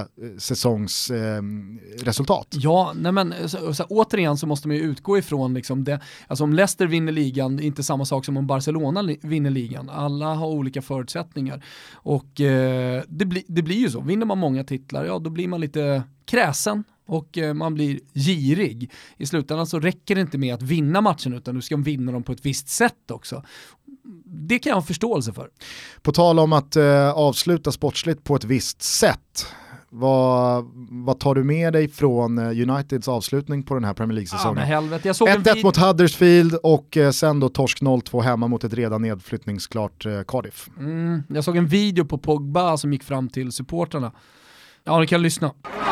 ligasäsongsresultat. Eh, ja, nej men så, så, återigen så måste man ju utgå ifrån liksom det, alltså om Leicester vinner ligan, inte samma sak som om Barcelona li, vinner ligan. Alla har olika förutsättningar. Och eh, det, bli, det blir ju så. Vinner man många titlar, ja då blir man lite kräsen och eh, man blir girig. I slutändan så räcker det inte med att vinna matchen, utan du ska vinna dem på ett visst sätt också. Det kan jag ha förståelse för. På tal om att eh, avsluta sportsligt på ett visst sätt, vad, vad tar du med dig från Uniteds avslutning på den här Premier League-säsongen? Ja, ett ett vid... mot Huddersfield och eh, sen då torsk noll två hemma mot ett redan nedflyttningsklart eh, Cardiff. Mm, jag såg en video på Pogba som gick fram till supporterna. Ja, ni kan lyssna.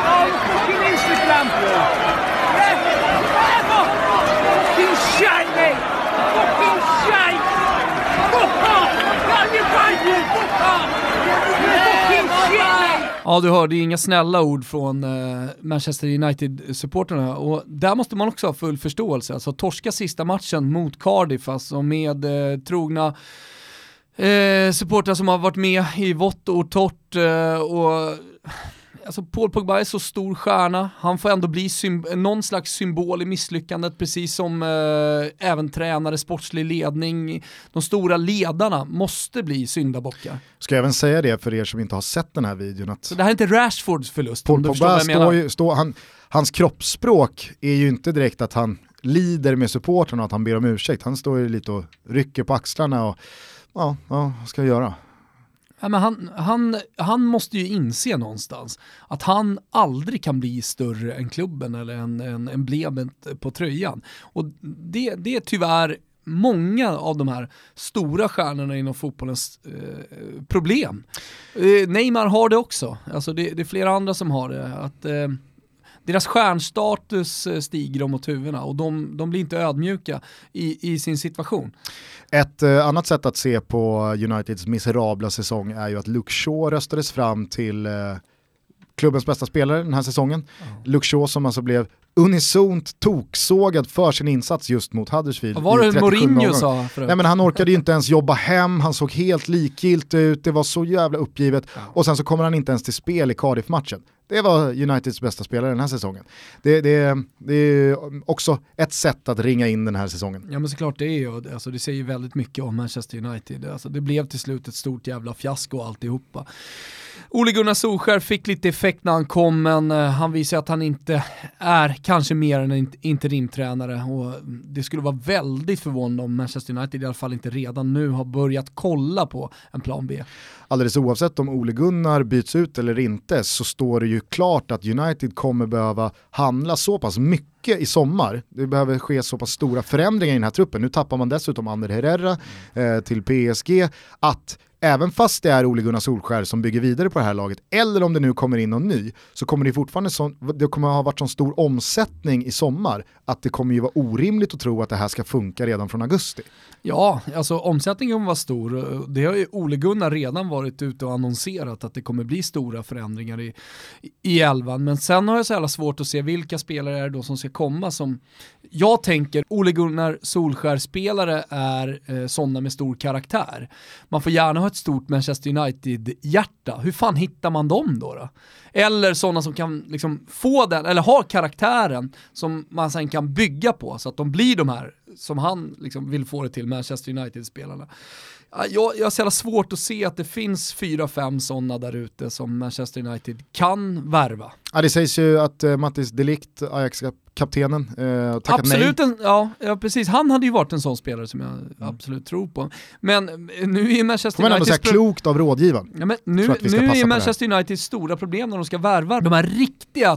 Ja, du hörde inga snälla ord från eh, Manchester United-supporterna, och där måste man också ha full förståelse. Alltså torska sista matchen mot Cardiff, alltså med eh, trogna eh, supportrar som har varit med i vått och torrt eh, och alltså Paul Pogba är så stor stjärna, han får ändå bli symb- någon slags symbol i misslyckandet, precis som eh, även tränare, sportslig ledning, de stora ledarna måste bli syndabockar. Ska jag även säga det för er som inte har sett den här videon, att så det här är inte Rashfords förlust. Paul Pogba står ju, står, han, hans kroppsspråk är ju inte direkt att han lider med supporten och att han ber om ursäkt, han står ju lite och rycker på axlarna och ja, ja vad ska jag göra? Ja, men han, han, han måste ju inse någonstans att han aldrig kan bli större än klubben eller en, en emblemet på tröjan. Och det, det är tyvärr många av de här stora stjärnorna inom fotbollens eh, problem. Eh, Neymar har det också. Alltså det, det är flera andra som har det. Att eh, deras stjärnstatus stiger dem åt huvudena och de, de blir inte ödmjuka i, i sin situation. Ett eh, annat sätt att se på Uniteds miserabla säsong är ju att Luke Shaw röstades fram till eh, klubbens bästa spelare den här säsongen. Mm. Luke Shaw som alltså blev unisont toksågad för sin insats just mot Huddersfield. Vad var det Mourinho sa? Nej, men han orkade ju inte ens jobba hem, han såg helt likgiltig ut, det var så jävla uppgivet. Ja. Och sen så kommer han inte ens till spel i Cardiff-matchen. Det var Uniteds bästa spelare den här säsongen. Det, det, det är också ett sätt att ringa in den här säsongen. Ja, men såklart det är ju, alltså det säger ju väldigt mycket om Manchester United. Alltså det blev till slut ett stort jävla fiasko och alltihopa. Ole Gunnar Solskjær fick lite effekt när han kom, men uh, han visar att han inte är kanske mer än en interimtränare, och det skulle vara väldigt förvånande om Manchester United i alla fall inte redan nu har börjat kolla på en plan B. Alldeles oavsett om Ole Gunnar byts ut eller inte, så står det ju klart att United kommer behöva handla så pass mycket i sommar. Det behöver ske så pass stora förändringar i den här truppen. Nu tappar man dessutom Ander Herrera eh, till P S G, att även fast det är Ole Gunnar Solskjær som bygger vidare på det här laget, eller om det nu kommer in någon ny, så kommer det fortfarande så, det kommer ha varit så stor omsättning i sommar att det kommer ju vara orimligt att tro att det här ska funka redan från augusti. Ja, alltså omsättningen var stor. Det har ju Ole Gunnar redan varit ute och annonserat att det kommer bli stora förändringar i, i elvan. Men sen har jag så jävla svårt att se vilka spelare är det då som ska komma som jag tänker Ole Gunnar Solskjær-spelare är eh, sådana med stor karaktär. Man får gärna ha ett stort Manchester United-hjärta. Hur fan hittar man dem då? då? Eller sådana som kan liksom få den, eller ha karaktären som man sen kan bygga på så att de blir de här som han liksom vill få det till, Manchester United-spelarna. Jag, jag har så svårt att se att det finns fyra, fem sådana där ute som Manchester United kan värva. Ja, det sägs ju att uh, Mattis de Ligt, Ajax-kaptenen, uh, tackat absolut nej. En, ja, ja, precis. Han hade ju varit en sån spelare som jag mm. absolut tror på. Men nu är Manchester United... United... klokt av rådgivaren. Ja, men nu nu är Manchester Uniteds stora problem när de ska värva de här riktiga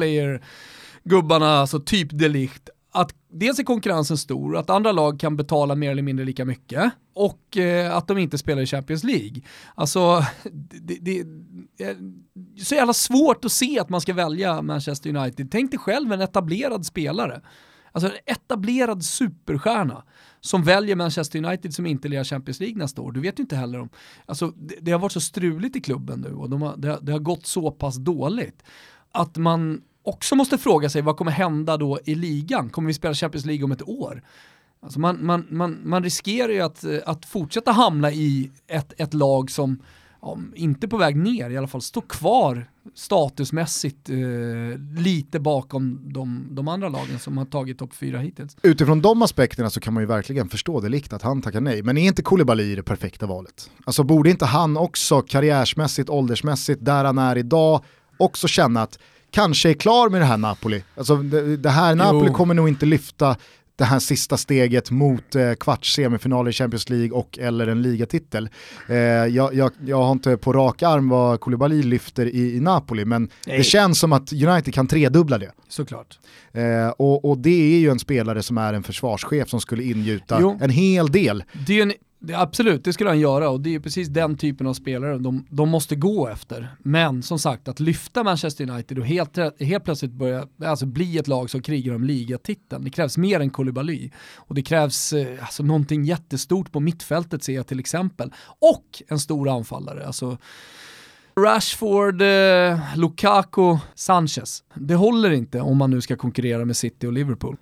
topplayer-gubbarna, alltså typ de Ligt. Att dels är konkurrensen stor, att andra lag kan betala mer eller mindre lika mycket och eh, att de inte spelar i Champions League. Alltså, det, det, det är så jävla svårt att se att man ska välja Manchester United. Tänk dig själv en etablerad spelare. Alltså en etablerad superstjärna som väljer Manchester United som inte lirar Champions League nästa år. Du vet ju inte heller om... Alltså, det, det har varit så struligt i klubben nu och de har, det, det har gått så pass dåligt att man också måste fråga sig vad kommer hända då i ligan. Kommer vi spela Champions League om ett år? Alltså man, man, man, man riskerar ju att, att fortsätta hamna i ett, ett lag som ja, inte på väg ner, i alla fall står kvar statusmässigt eh, lite bakom de, de andra lagen som har tagit topp fyra hittills. Utifrån de aspekterna så kan man ju verkligen förstå det likt att han tackar nej. Men är inte Koulibaly det perfekta valet? Alltså borde inte han också karriärsmässigt, åldersmässigt, där han är idag, också känna att kanske är klar med det här Napoli. Alltså det, det här Napoli Jo. kommer nog inte lyfta det här sista steget mot eh, kvarts semifinaler i Champions League och eller en ligatitel. Eh, jag, jag, jag har inte på rak arm vad Koulibaly lyfter i, i Napoli, men Nej. det känns som att United kan tredubbla det. Såklart. Eh, och, och det är ju en spelare som är en försvarschef som skulle ingjuta Jo. en hel del. Det är en, det, absolut, det skulle han göra och det är ju precis den typen av spelare de, de måste gå efter. Men som sagt, att lyfta Manchester United och helt, helt plötsligt börja alltså bli ett lag som krigar om ligatiteln. Det krävs mer än Koulibaly. Och det krävs eh, alltså, någonting jättestort på mittfältet ser jag till exempel. Och en stor anfallare. Alltså Rashford, eh, Lukaku, Sanchez. Det håller inte om man nu ska konkurrera med City och Liverpool.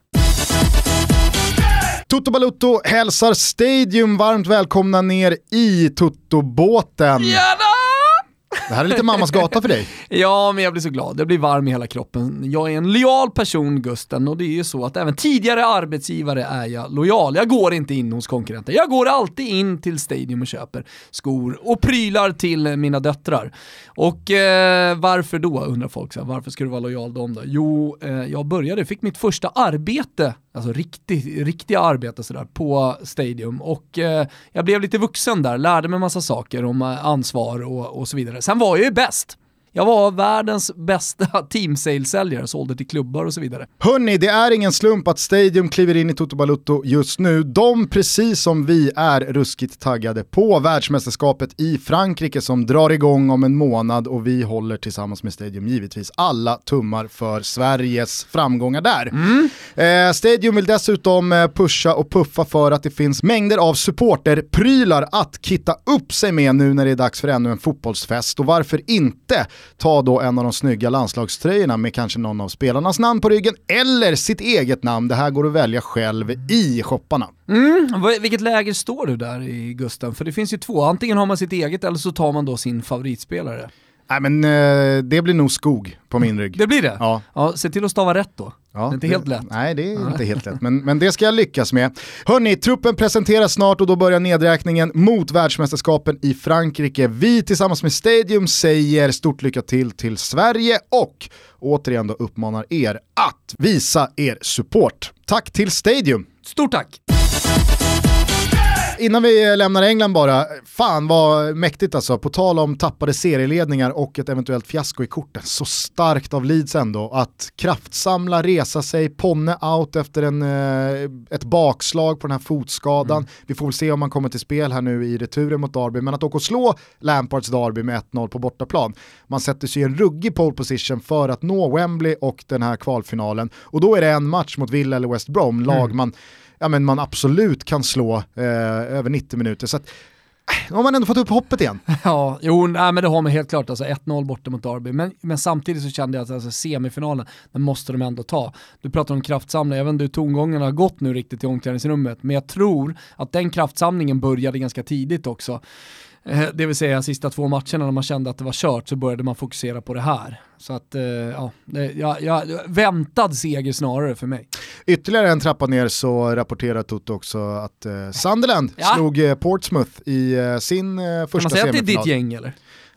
Toto Balutto hälsar Stadium varmt välkomna ner i Toto-båten. Gärna! Det här är lite mammas gata för dig. Ja, men jag blir så glad. Jag blir varm i hela kroppen. Jag är en lojal person, Gusten, och det är ju så att även tidigare arbetsgivare är jag lojal. Jag går inte in hos konkurrenter. Jag går alltid in till Stadium och köper skor och prylar till mina döttrar. Och eh, varför då, undrar folk. Så här, varför ska du vara lojal dem då? Jo, eh, jag började, fick mitt första arbete, alltså riktigt, riktiga arbete sådär, på Stadium. Och eh, jag blev lite vuxen där, lärde mig massa saker om eh, ansvar och, och så vidare. Sen var jag ju bäst. Jag var världens bästa team-sales-säljare, sålde till klubbar och så vidare. Hörrni, det är ingen slump att Stadium kliver in i Toto Balutto just nu. De, precis som vi, är ruskigt taggade på världsmästerskapet i Frankrike som drar igång om en månad, och vi håller tillsammans med Stadium givetvis alla tummar för Sveriges framgångar där. Mm. Eh, Stadium vill dessutom pusha och puffa för att det finns mängder av supporterprylar att kitta upp sig med nu när det är dags för ännu en fotbollsfest, och varför inte ta då en av de snygga landslagströjorna med kanske någon av spelarnas namn på ryggen eller sitt eget namn. Det här går att välja själv i shopparna. Mm, vilket läger står du där i, Gusten? För det finns ju två. Antingen har man sitt eget eller så tar man då sin favoritspelare. Nej, men eh, det blir nog Skog på min rygg. Det blir det? Ja. Ja, se till att stava rätt då. Ja, det är inte det, helt lätt. Nej, det är ja. inte helt lätt. Men, men det ska jag lyckas med. Hörrni, truppen presenteras snart och då börjar nedräkningen mot världsmästerskapen i Frankrike. Vi tillsammans med Stadium säger stort lycka till till Sverige och återigen då uppmanar er att visa er support. Tack till Stadium. Stort tack! Innan vi lämnar England bara, fan vad mäktigt alltså, på tal om tappade serieledningar och ett eventuellt fiasko i korten, så starkt av Leeds ändå att kraftsamla, resa sig, Ponne out efter en, ett bakslag på den här fotskadan. Mm. Vi får väl se om man kommer till spel här nu i returen mot Derby, men att åka och slå Lampards Derby med ett noll på bortaplan, man sätter sig i en ruggig pole position för att nå Wembley och den här kvalfinalen, och då är det en match mot Villa eller West Brom, lag mm. man ja, men man absolut kan slå eh, över nittio minuter. Så att, eh, har man ändå fått upp hoppet igen. Ja, jo, nej, men det har man helt klart. Alltså ett noll borta mot Derby. Men, men samtidigt så kände jag att alltså, semifinalen, den måste de ändå ta. Du pratar om kraftsamling. Jag vet inte hur tongångarna har gått nu riktigt i omklädningsrummet. Men jag tror att den kraftsamlingen började ganska tidigt också. Det vill säga sista två matcherna när man kände att det var kört så började man fokusera på det här. Så att, ja, ja, ja väntad seger snarare för mig. Ytterligare en trappa ner så rapporterar Toto också att eh, Sunderland ja. slog eh, Portsmouth i eh, sin eh, första semifinal. Kan man säga att det är ditt gäng eller?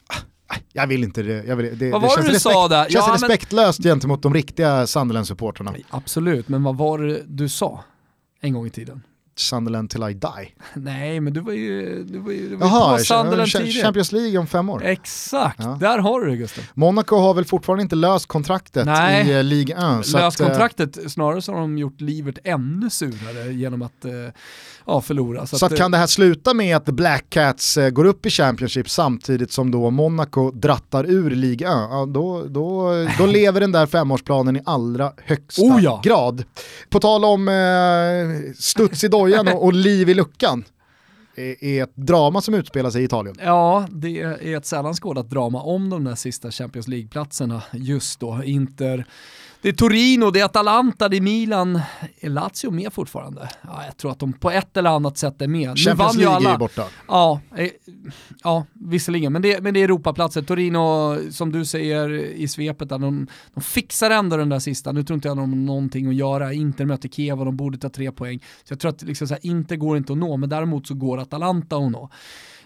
Jag vill inte det. Jag vill, det vad det var känns det du respekt, sa där? känns Ja, respektlöst men... gentemot de riktiga Sunderland-supporterna. Absolut, men vad var det du sa en gång i tiden? Sunderland till I die. Nej, men du var ju, du var ju, du var Jaha, ju på Sunderland tidigare. Champions League om fem år. Exakt, ja. Där har du det, Gustav. Monaco har väl fortfarande inte löst kontraktet Nej. i Ligue ett. Löst kontraktet, snarare så har de gjort livet ännu surare genom att ja, förlora. Så, så att, att, kan det här sluta med att The Black Cats går upp i Championship samtidigt som då Monaco drattar ur Ligue ett, ja, då, då, då lever den där femårsplanen i allra högsta oh ja. grad. På tal om eh, studs i dojan och, och liv i luckan, är ett drama som utspelar sig i Italien. Ja, det är ett sällan skådat drama om de där sista Champions League-platserna just då. Inter, det är Torino, det är Atalanta, det är Milan. Är Lazio med fortfarande? Ja, jag tror att de på ett eller annat sätt är med. Champions League alla. Är borta. Ja, eh, ja visserligen. Men det, men det är Europaplatser. Torino, som du säger i svepet, där de, de fixar ändå den där sista. Nu tror inte jag de har någonting att göra. Inter möter Kiev och de borde ta tre poäng. Så jag tror att liksom så här, Inter går inte att nå, men däremot så går Atalanta att nå.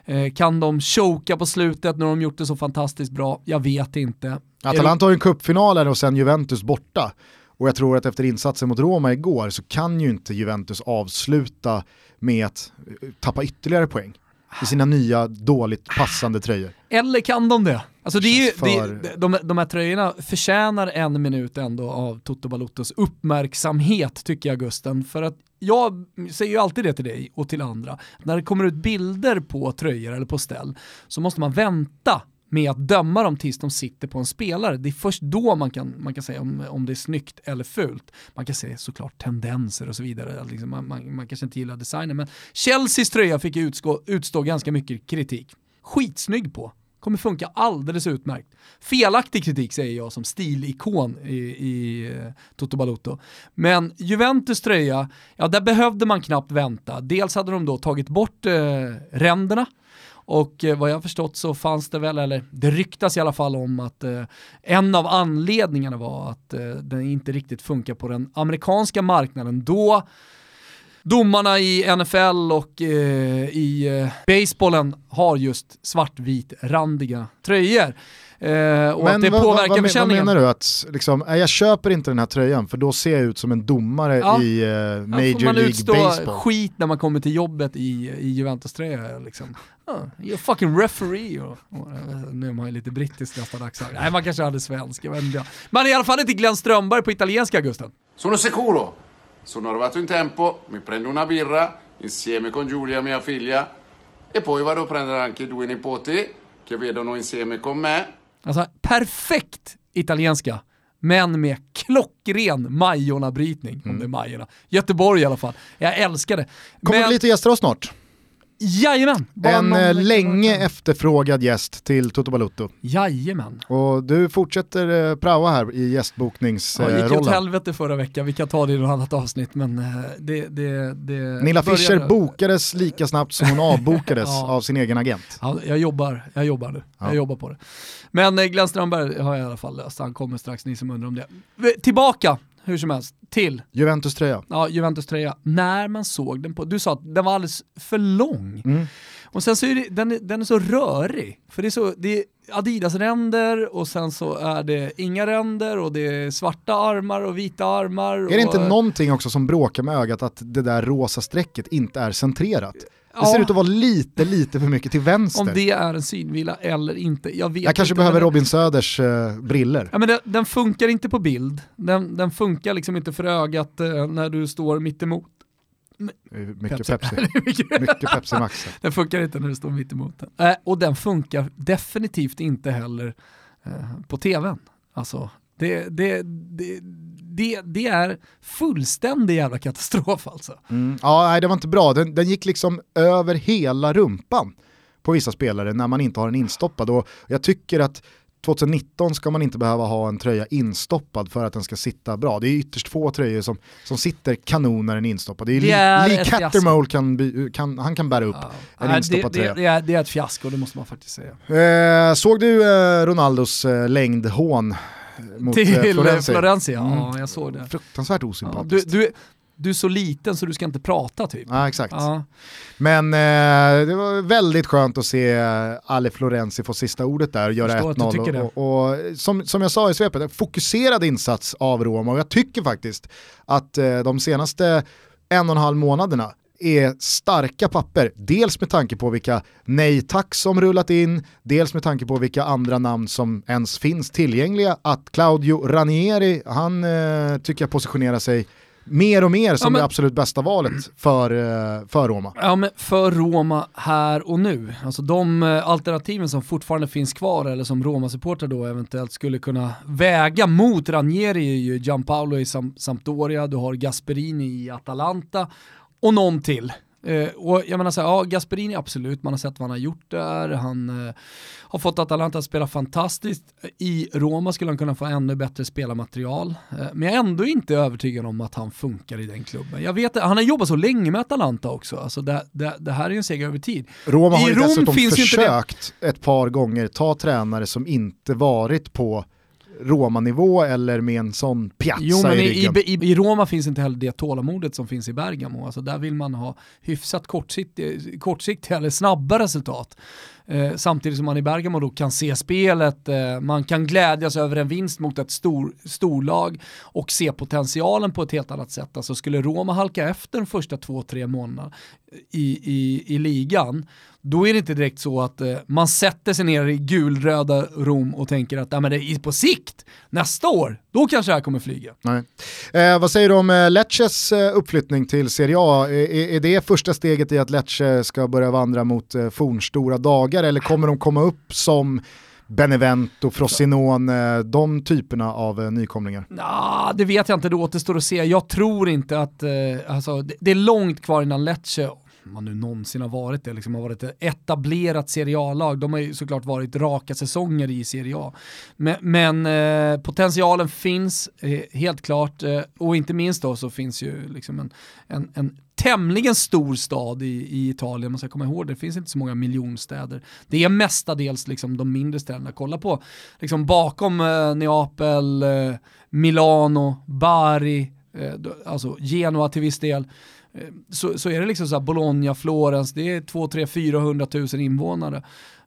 Eh, kan de choka på slutet när de gjort det så fantastiskt bra? Jag vet inte. Atalanta har ju en cupfinal och sen Juventus borta. Och jag tror att efter insatsen mot Roma igår så kan ju inte Juventus avsluta med att tappa ytterligare poäng i sina nya dåligt passande tröjor. Eller kan de det? Alltså det är ju, för... det, de, de här tröjorna förtjänar en minut ändå av Toto Balottos uppmärksamhet, tycker jag, Gusten. För att jag säger ju alltid det till dig och till andra. När det kommer ut bilder på tröjor eller på ställ så måste man vänta med att döma dem tills de sitter på en spelare. Det är först då man kan, man kan säga om, om det är snyggt eller fult. Man kan säga såklart tendenser och så vidare. Liksom man, man, man kanske inte gillar designen. Men Chelseas tröja fick utstå, utstå ganska mycket kritik. Skitsnygg på. Kommer funka alldeles utmärkt. Felaktig kritik säger jag som stilikon i, i uh, Toto Balotto. Men Juventus tröja, ja, där behövde man knappt vänta. Dels hade de då tagit bort uh, ränderna. Och eh, vad jag har förstått så fanns det väl, eller det ryktas i alla fall om att eh, en av anledningarna var att eh, den inte riktigt funkar på den amerikanska marknaden. Då domarna i N F L och eh, i eh, basebollen har just svartvit randiga tröjor. Eh, och men att det vad, påverkar vad, försäljningen. Vad menar du? Att liksom, jag köper inte den här tröjan för då ser jag ut som en domare ja. i uh, Major ja, får man League utstå Baseball. Skit när man kommer till jobbet i, i Juventus-tröja liksom. Oh, you're fucking referee. Och, och, nu är man ju lite brittisk nästan accent. Nej, man kanske hade svensk, jag vet inte. Man är i alla fall inte Glenn Strömberg på italienska, Gusten. Sono sicuro. Sono arrivato in tempo, mi prendo una birra insieme con Giulia, mia figlia, e poi vado a prendere anche due nipoti che vedono insieme con me. Alltså, perfekt italienska, men med klockren Majorna-brytning, mm. om det är Majorna. Göteborg i alla fall. Jag älskar det. Kommer men... vi lite gäster oss snart? Jajamän. En någon... länge efterfrågad gäst till Toto Balotto. Jajamän. Och du fortsätter eh, praoa här i gästbokningsrollen. Ja, eh, gick åt helvete förra veckan. Vi kan ta det i något annat avsnitt. Men eh, det, det, det Nilla började... Fischer bokades lika snabbt som hon avbokades ja. av sin egen agent. Ja, jag jobbar, jag jobbar nu. Ja. Jag jobbar på det. Men eh, Glenn Strömberg har jag i alla fall löst. Han kommer strax, ni som undrar om det. Tillbaka, hur som helst, till Juventus-tröja. Ja, Juventus-tröja. När man såg den på, du sa att den var alldeles för lång. Mm. Och sen så är det, den, den är så rörig. För det är så, det är Adidas-ränder och sen så är det inga ränder och det är svarta armar och vita armar. Är det och... inte någonting också som bråkar med ögat att det där rosa strecket inte är centrerat? Det ja. ser ut att vara lite, lite för mycket till vänster. Om det är en synvila eller inte, jag vet Jag kanske inte. behöver Robin Söders uh, briller. Ja, men den, den funkar inte på bild. Den, den funkar liksom inte för ögat uh, när du står mitt emot. Mycket Pepsi. Pepsi. mycket Pepsi Max. Den funkar inte när du står mitt emot den. Äh, och den funkar definitivt inte heller uh, på tvn. Alltså, det, det, det, det, det är fullständig jävla katastrof alltså. Mm. Ja, nej, det var inte bra. Den, den gick liksom över hela rumpan på vissa spelare när man inte har en instoppad. Och jag tycker att tjugonitton ska man inte behöva ha en tröja instoppad för att den ska sitta bra. Det är ytterst få tröjor som, som sitter kanon när den är instoppad. Det är, det är Lee Cattermole kan, kan, han kan bära upp ja. en Nej, instoppad det, tröja. Det, det, är, det är ett fiasko, det måste man faktiskt säga. Eh, såg du eh, Ronaldos eh, längdhån mot till eh, Florenzi? Florenzi, ja, mm. jag såg det. Fruktansvärt osympatiskt. Ja, du, du, du är så liten så du ska inte prata typ. Ja, exakt. Ja. Men eh, det var väldigt skönt att se Ale Florenzi få sista ordet där och göra ett noll. Och, och, och som, som jag sa i svepet, en fokuserad insats av Roma. Och jag tycker faktiskt att eh, de senaste en och en halv månaderna är starka papper. Dels med tanke på vilka nej-tack som rullat in, dels med tanke på vilka andra namn som ens finns tillgängliga. Att Claudio Ranieri, han eh, tycker jag positionerar sig mer och mer som ja, men, det absolut bästa valet för, för Roma. Ja, men för Roma här och nu. Alltså de alternativen som fortfarande finns kvar eller som Roma-supporter då eventuellt skulle kunna väga mot Ranieri är ju Gianpaolo i Sam- Sampdoria, du har Gasperini i Atalanta och någon till. Uh, och jag menar så här, ja, Gasperini absolut, man har sett vad han har gjort där, han uh, har fått Atalanta att spela fantastiskt. I Roma skulle han kunna få ännu bättre spelarmaterial, uh, men jag är ändå inte övertygad om att han funkar i den klubben. Jag vet, han har jobbat så länge med Atalanta också, alltså det, det, det här är ju en seger över tid. Roma har I ju Rom dessutom finns försökt ett par gånger ta tränare som inte varit på Roma-nivå eller med en sån piazza jo, men i i ryggen. I, i, I Roma finns inte heller det tålamodet som finns i Bergamo. Alltså där vill man ha hyfsat kortsiktiga, kortsiktiga eller snabba resultat. Eh, samtidigt som man i Bergamo då kan se spelet, eh, man kan glädjas över en vinst mot ett stor, storlag och se potentialen på ett helt annat sätt. Alltså skulle Roma halka efter de första två, tre månaderna i, i, i ligan, då är det inte direkt så att eh, man sätter sig ner i gulröda Rom och tänker att ja, men det är på sikt, nästa år, då kanske det här kommer flyga. Nej. Eh, vad säger du om eh, Lecces eh, uppflyttning till Serie A? Eh, är, är det första steget i att Lecce ska börja vandra mot eh, fornstora dagar, eller kommer de komma upp som Benevento, Frosinone, de typerna av eh, nykomlingar? Nah, det vet jag inte, det återstår att se. Jag tror inte att eh, alltså, det, det är långt kvar innan Lecce, man nu någonsin har varit det, liksom har varit ett etablerat Serie A-lag. De har ju såklart varit raka säsonger i Serie A. Men, men eh, potentialen finns eh, helt klart, eh, och inte minst då så finns ju liksom en, en, en tämligen stor stad i, i Italien, man ska komma ihåg det, det finns inte så många miljonstäder. Det är mestadels liksom de mindre städerna. Kolla på liksom bakom eh, Neapel, eh, Milano, Bari, eh, alltså Genoa till viss del. Så, så är det liksom så här Bologna, Florens, det är två, tre, fyrahundratusen invånare.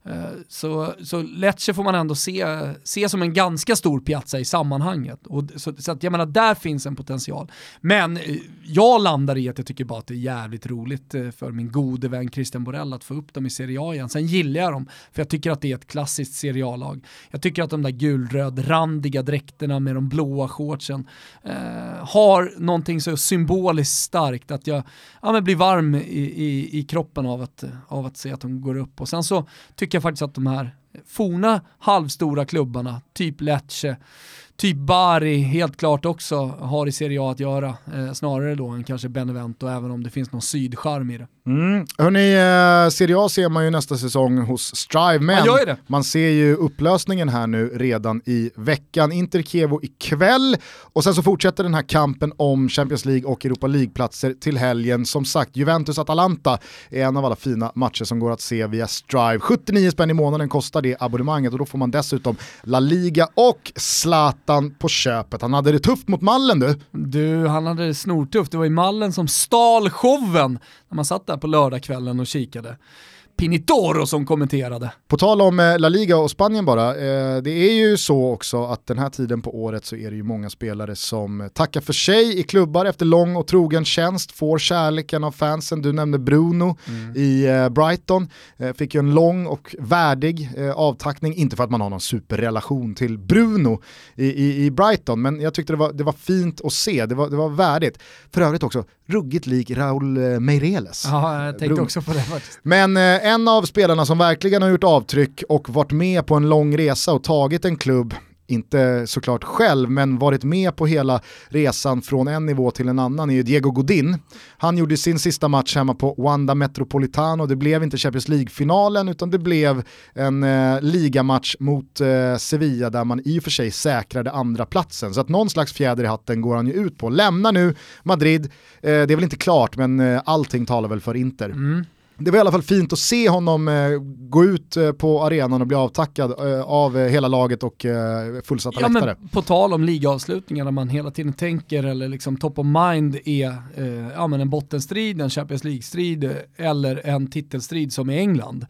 Så, så Lecce får man ändå se, se som en ganska stor piazza i sammanhanget. Och så, så att jag menar, där finns en potential. Men jag landar i att jag tycker bara att det är jävligt roligt för min gode vän Christian Borrell att få upp dem i Serie A igen. Sen gillar jag dem, för jag tycker att det är ett klassiskt Serie A-lag. Jag tycker att de där gulröd-randiga dräkterna med de blåa shortsen eh, har någonting så symboliskt starkt att jag ja, men blir varm i, i, i kroppen av att, av att se att de går upp. Och sen så tycker jag faktiskt att de här forna halvstora klubbarna, typ Lecce, typ Bari, helt klart också har i Serie A att göra, eh, snarare då än kanske Benevento, även om det finns någon sydcharm i det. Mm. Hörrni, eh, Serie A ser man ju nästa säsong hos Strive, men man, det. man ser ju upplösningen här nu redan i veckan. Inter Chievo ikväll, och sen så fortsätter den här kampen om Champions League och Europa League-platser till helgen. Som sagt, Juventus-Atalanta är en av alla fina matcher som går att se via Strive. sjuttionio spänn i månaden kostar det abonnemanget, och då får man dessutom La Liga och Zlatan på köpet. Han hade det tufft mot Mallen, du. Du, han hade det snortufft. Det var i Mallen som stal showen när man satt där på lördagskvällen och kikade. Pinitoro som kommenterade. På tal om eh, La Liga och Spanien bara, eh, det är ju så också att den här tiden på året så är det ju många spelare som tackar för sig i klubbar efter lång och trogen tjänst, får kärleken av fansen. Du nämnde Bruno mm. i eh, Brighton, eh, fick ju en lång och värdig eh, avtackning, inte för att man har någon superrelation till Bruno i, i, i Brighton, men jag tyckte det var, det var fint att se, det var, det var värdigt. För övrigt också, ruggigt lik Raúl eh, Meireles. Ja, jag tänkte Bruno. också på det faktiskt. Men eh, en av spelarna som verkligen har gjort avtryck och varit med på en lång resa och tagit en klubb, inte såklart själv, men varit med på hela resan från en nivå till en annan, är ju Diego Godin. Han gjorde sin sista match hemma på Wanda Metropolitano. Det blev inte Champions League-finalen, utan det blev en eh, ligamatch mot eh, Sevilla, där man i och för sig säkrade andra platsen. Så att någon slags fjäder i hatten går han ju ut på. Lämnar nu Madrid, eh, det är väl inte klart, men eh, allting talar väl för Inter. Mm. Det var i alla fall fint att se honom eh, gå ut eh, på arenan och bli avtackad eh, av eh, hela laget och eh, fullsatta ja, läktare. Men på tal om ligaavslutningar, när man hela tiden tänker, eller liksom top of mind är eh, ja, men en bottenstrid, en Champions League-strid eller en titelstrid som i England.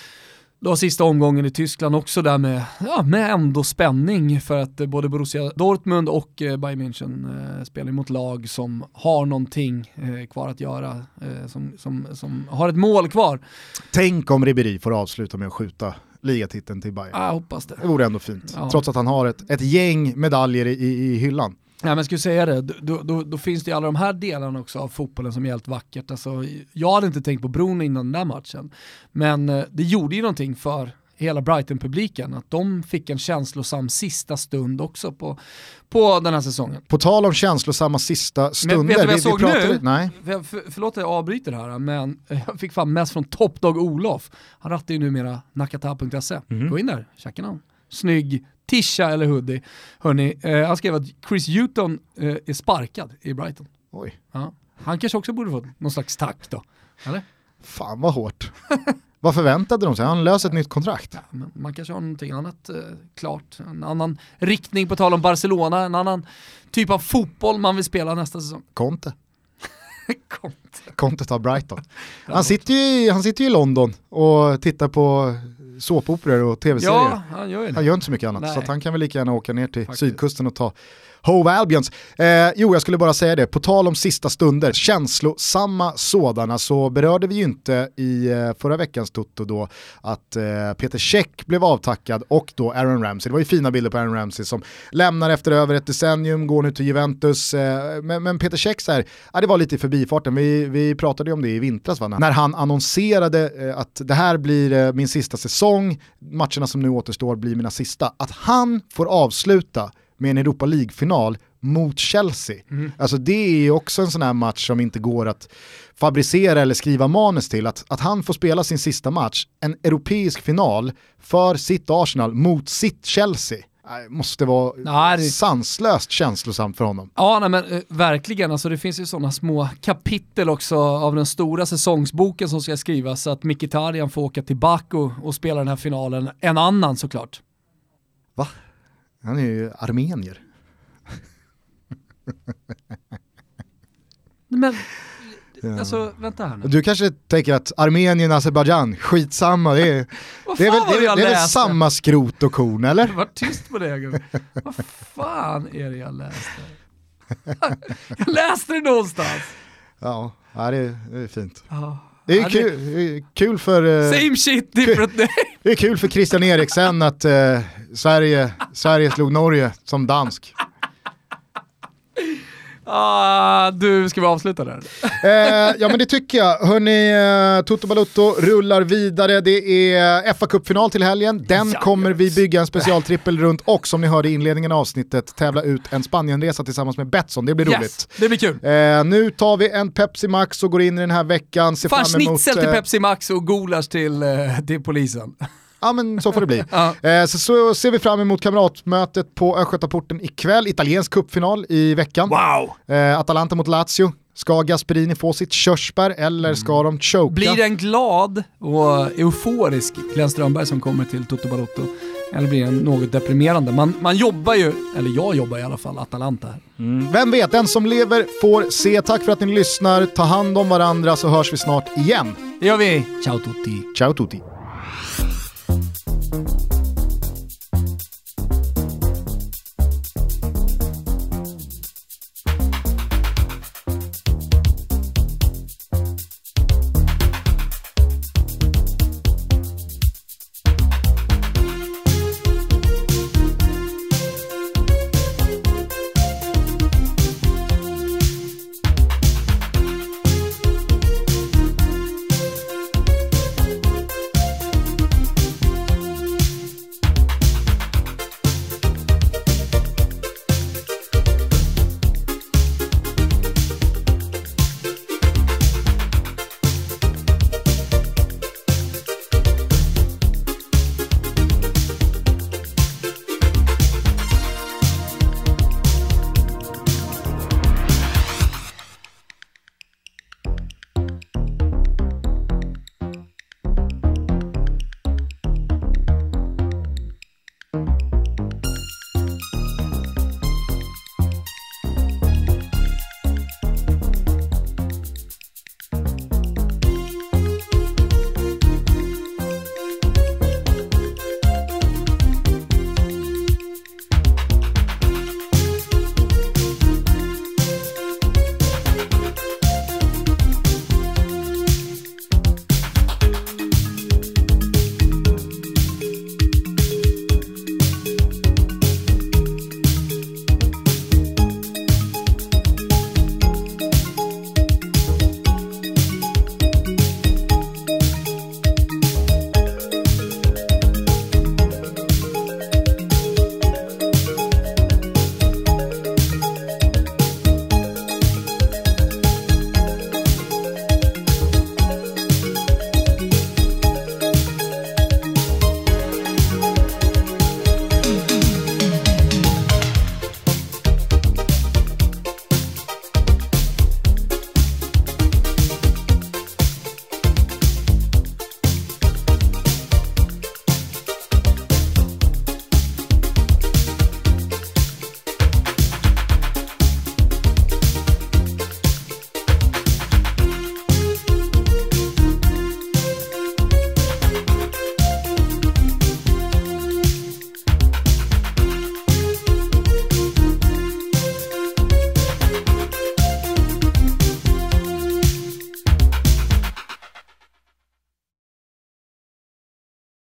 Då har sista omgången i Tyskland också där med, ja, med ändå spänning, för att både Borussia Dortmund och eh, Bayern München eh, spelar mot lag som har någonting eh, kvar att göra, eh, som, som, som har ett mål kvar. Tänk om Ribéry får avsluta med att skjuta ligatiteln till Bayern. Jag hoppas det. Det vore ändå fint, ja. Trots att han har ett, ett gäng medaljer i, i, i hyllan. Ja, men jag skulle säga det, då, då, då finns det ju alla de här delarna också av fotbollen som är helt vackert. Alltså, jag hade inte tänkt på Bruno innan den där matchen, men eh, det gjorde ju någonting för hela Brighton-publiken, att de fick en känslosam sista stund också på, på den här säsongen. På tal om känslosamma sista stunder. Men vet du vad jag vi, såg vi pratade, nu? Nej. För, för, förlåt att jag avbryter det här, men jag fick fan mest från Top Dog Olof. Han rattar ju numera nakata punkt se. Mm. Gå in där, checka namn. Snygg tisha eller hoodie. Hörrni, eh, han skrev att Chris Hughton eh, är sparkad i Brighton. Oj. Ja. Han kanske också borde få någon slags tack då. Eller? Fan vad hårt. Vad förväntade de sig? Han löser ett nytt kontrakt. Ja, men man kanske har någonting annat eh, klart. En annan riktning på tal om Barcelona. En annan typ av fotboll man vill spela nästa säsong. Conte. Conte. Conte tar Brighton. Han sitter, ju i, han sitter ju i London och tittar på såpoperor och tv-serier. Ja, han gör ju det. Han gör inte så mycket annat. Nej. Så att han kan väl lika gärna åka ner till Faktiskt. sydkusten och ta Hove Albions. Eh, jo, jag skulle bara säga det. På tal om sista stunder, känslosamma sådana, så berörde vi ju inte i eh, förra veckans Toto då att eh, Peter Cech blev avtackad och då Aaron Ramsey. Det var ju fina bilder på Aaron Ramsey som lämnar efter över ett decennium, går nu till Juventus. Eh, men, men Peter Cech så här, ja, det var lite i förbifarten. Vi, vi pratade ju om det i vintras, va? När han annonserade eh, att det här blir eh, min sista säsong, matcherna som nu återstår blir mina sista. Att han får avsluta med en Europa League-final mot Chelsea. Mm. Alltså det är ju också en sån här match som inte går att fabricera eller skriva manus till. Att, att han får spela sin sista match, en europeisk final för sitt Arsenal mot sitt Chelsea. Det måste vara nej, det... sanslöst känslosamt för honom. Ja, nej, men eh, verkligen. Alltså, det finns ju sådana små kapitel också av den stora säsongsboken som ska skrivas, så att Mkhitaryan får åka till Baku och spela den här finalen. En annan såklart. Va? Han är ju armenier. Men, alltså, vänta här nu. Du kanske tänker att Armenien, Azerbaijan, skitsamma, det är, det är väl, det är, det är väl samma skrot och korn, eller? Var tyst på det, gubben. Vad fan är det jag läste? Jag läste det någonstans. Ja, det är, det är fint. Ja. Det är kul, det är kul för... Same shit, different day. Det är kul för Christian Eriksen att eh, Sverige, Sverige slog Norge som dansk. Ah, du, ska vi avsluta där? Eh, ja, men det tycker jag. Hörrni, eh, Toto Balutto rullar vidare. Det är F A-cupfinal till helgen. Den ja, kommer vi bygga en specialtrippel runt och som ni hörde i inledningen av avsnittet tävla ut en Spanienresa tillsammans med Betsson. Det blir yes, roligt. Det blir kul. Eh, nu tar vi en Pepsi Max och går in i den här veckan. Fan, schnitzel till Pepsi Max och gulasch till, eh, till polisen. Ja, men så får det bli. Ja. eh, så, så ser vi fram emot kamratmötet på Östgötaporten ikväll. Italiensk cupfinal i veckan. Wow! Eh, Atalanta mot Lazio. Ska Gasperini få sitt körsbär eller ska de choka? Blir det en glad och euforisk Glenn Strömberg som kommer till Toto Balotto? Eller blir det något deprimerande? Man, man jobbar ju, eller jag jobbar i alla fall, Atalanta här. Mm. Vem vet, den som lever får se. Tack för att ni lyssnar. Ta hand om varandra så hörs vi snart igen. Det gör vi. Ciao tutti. Ciao tutti.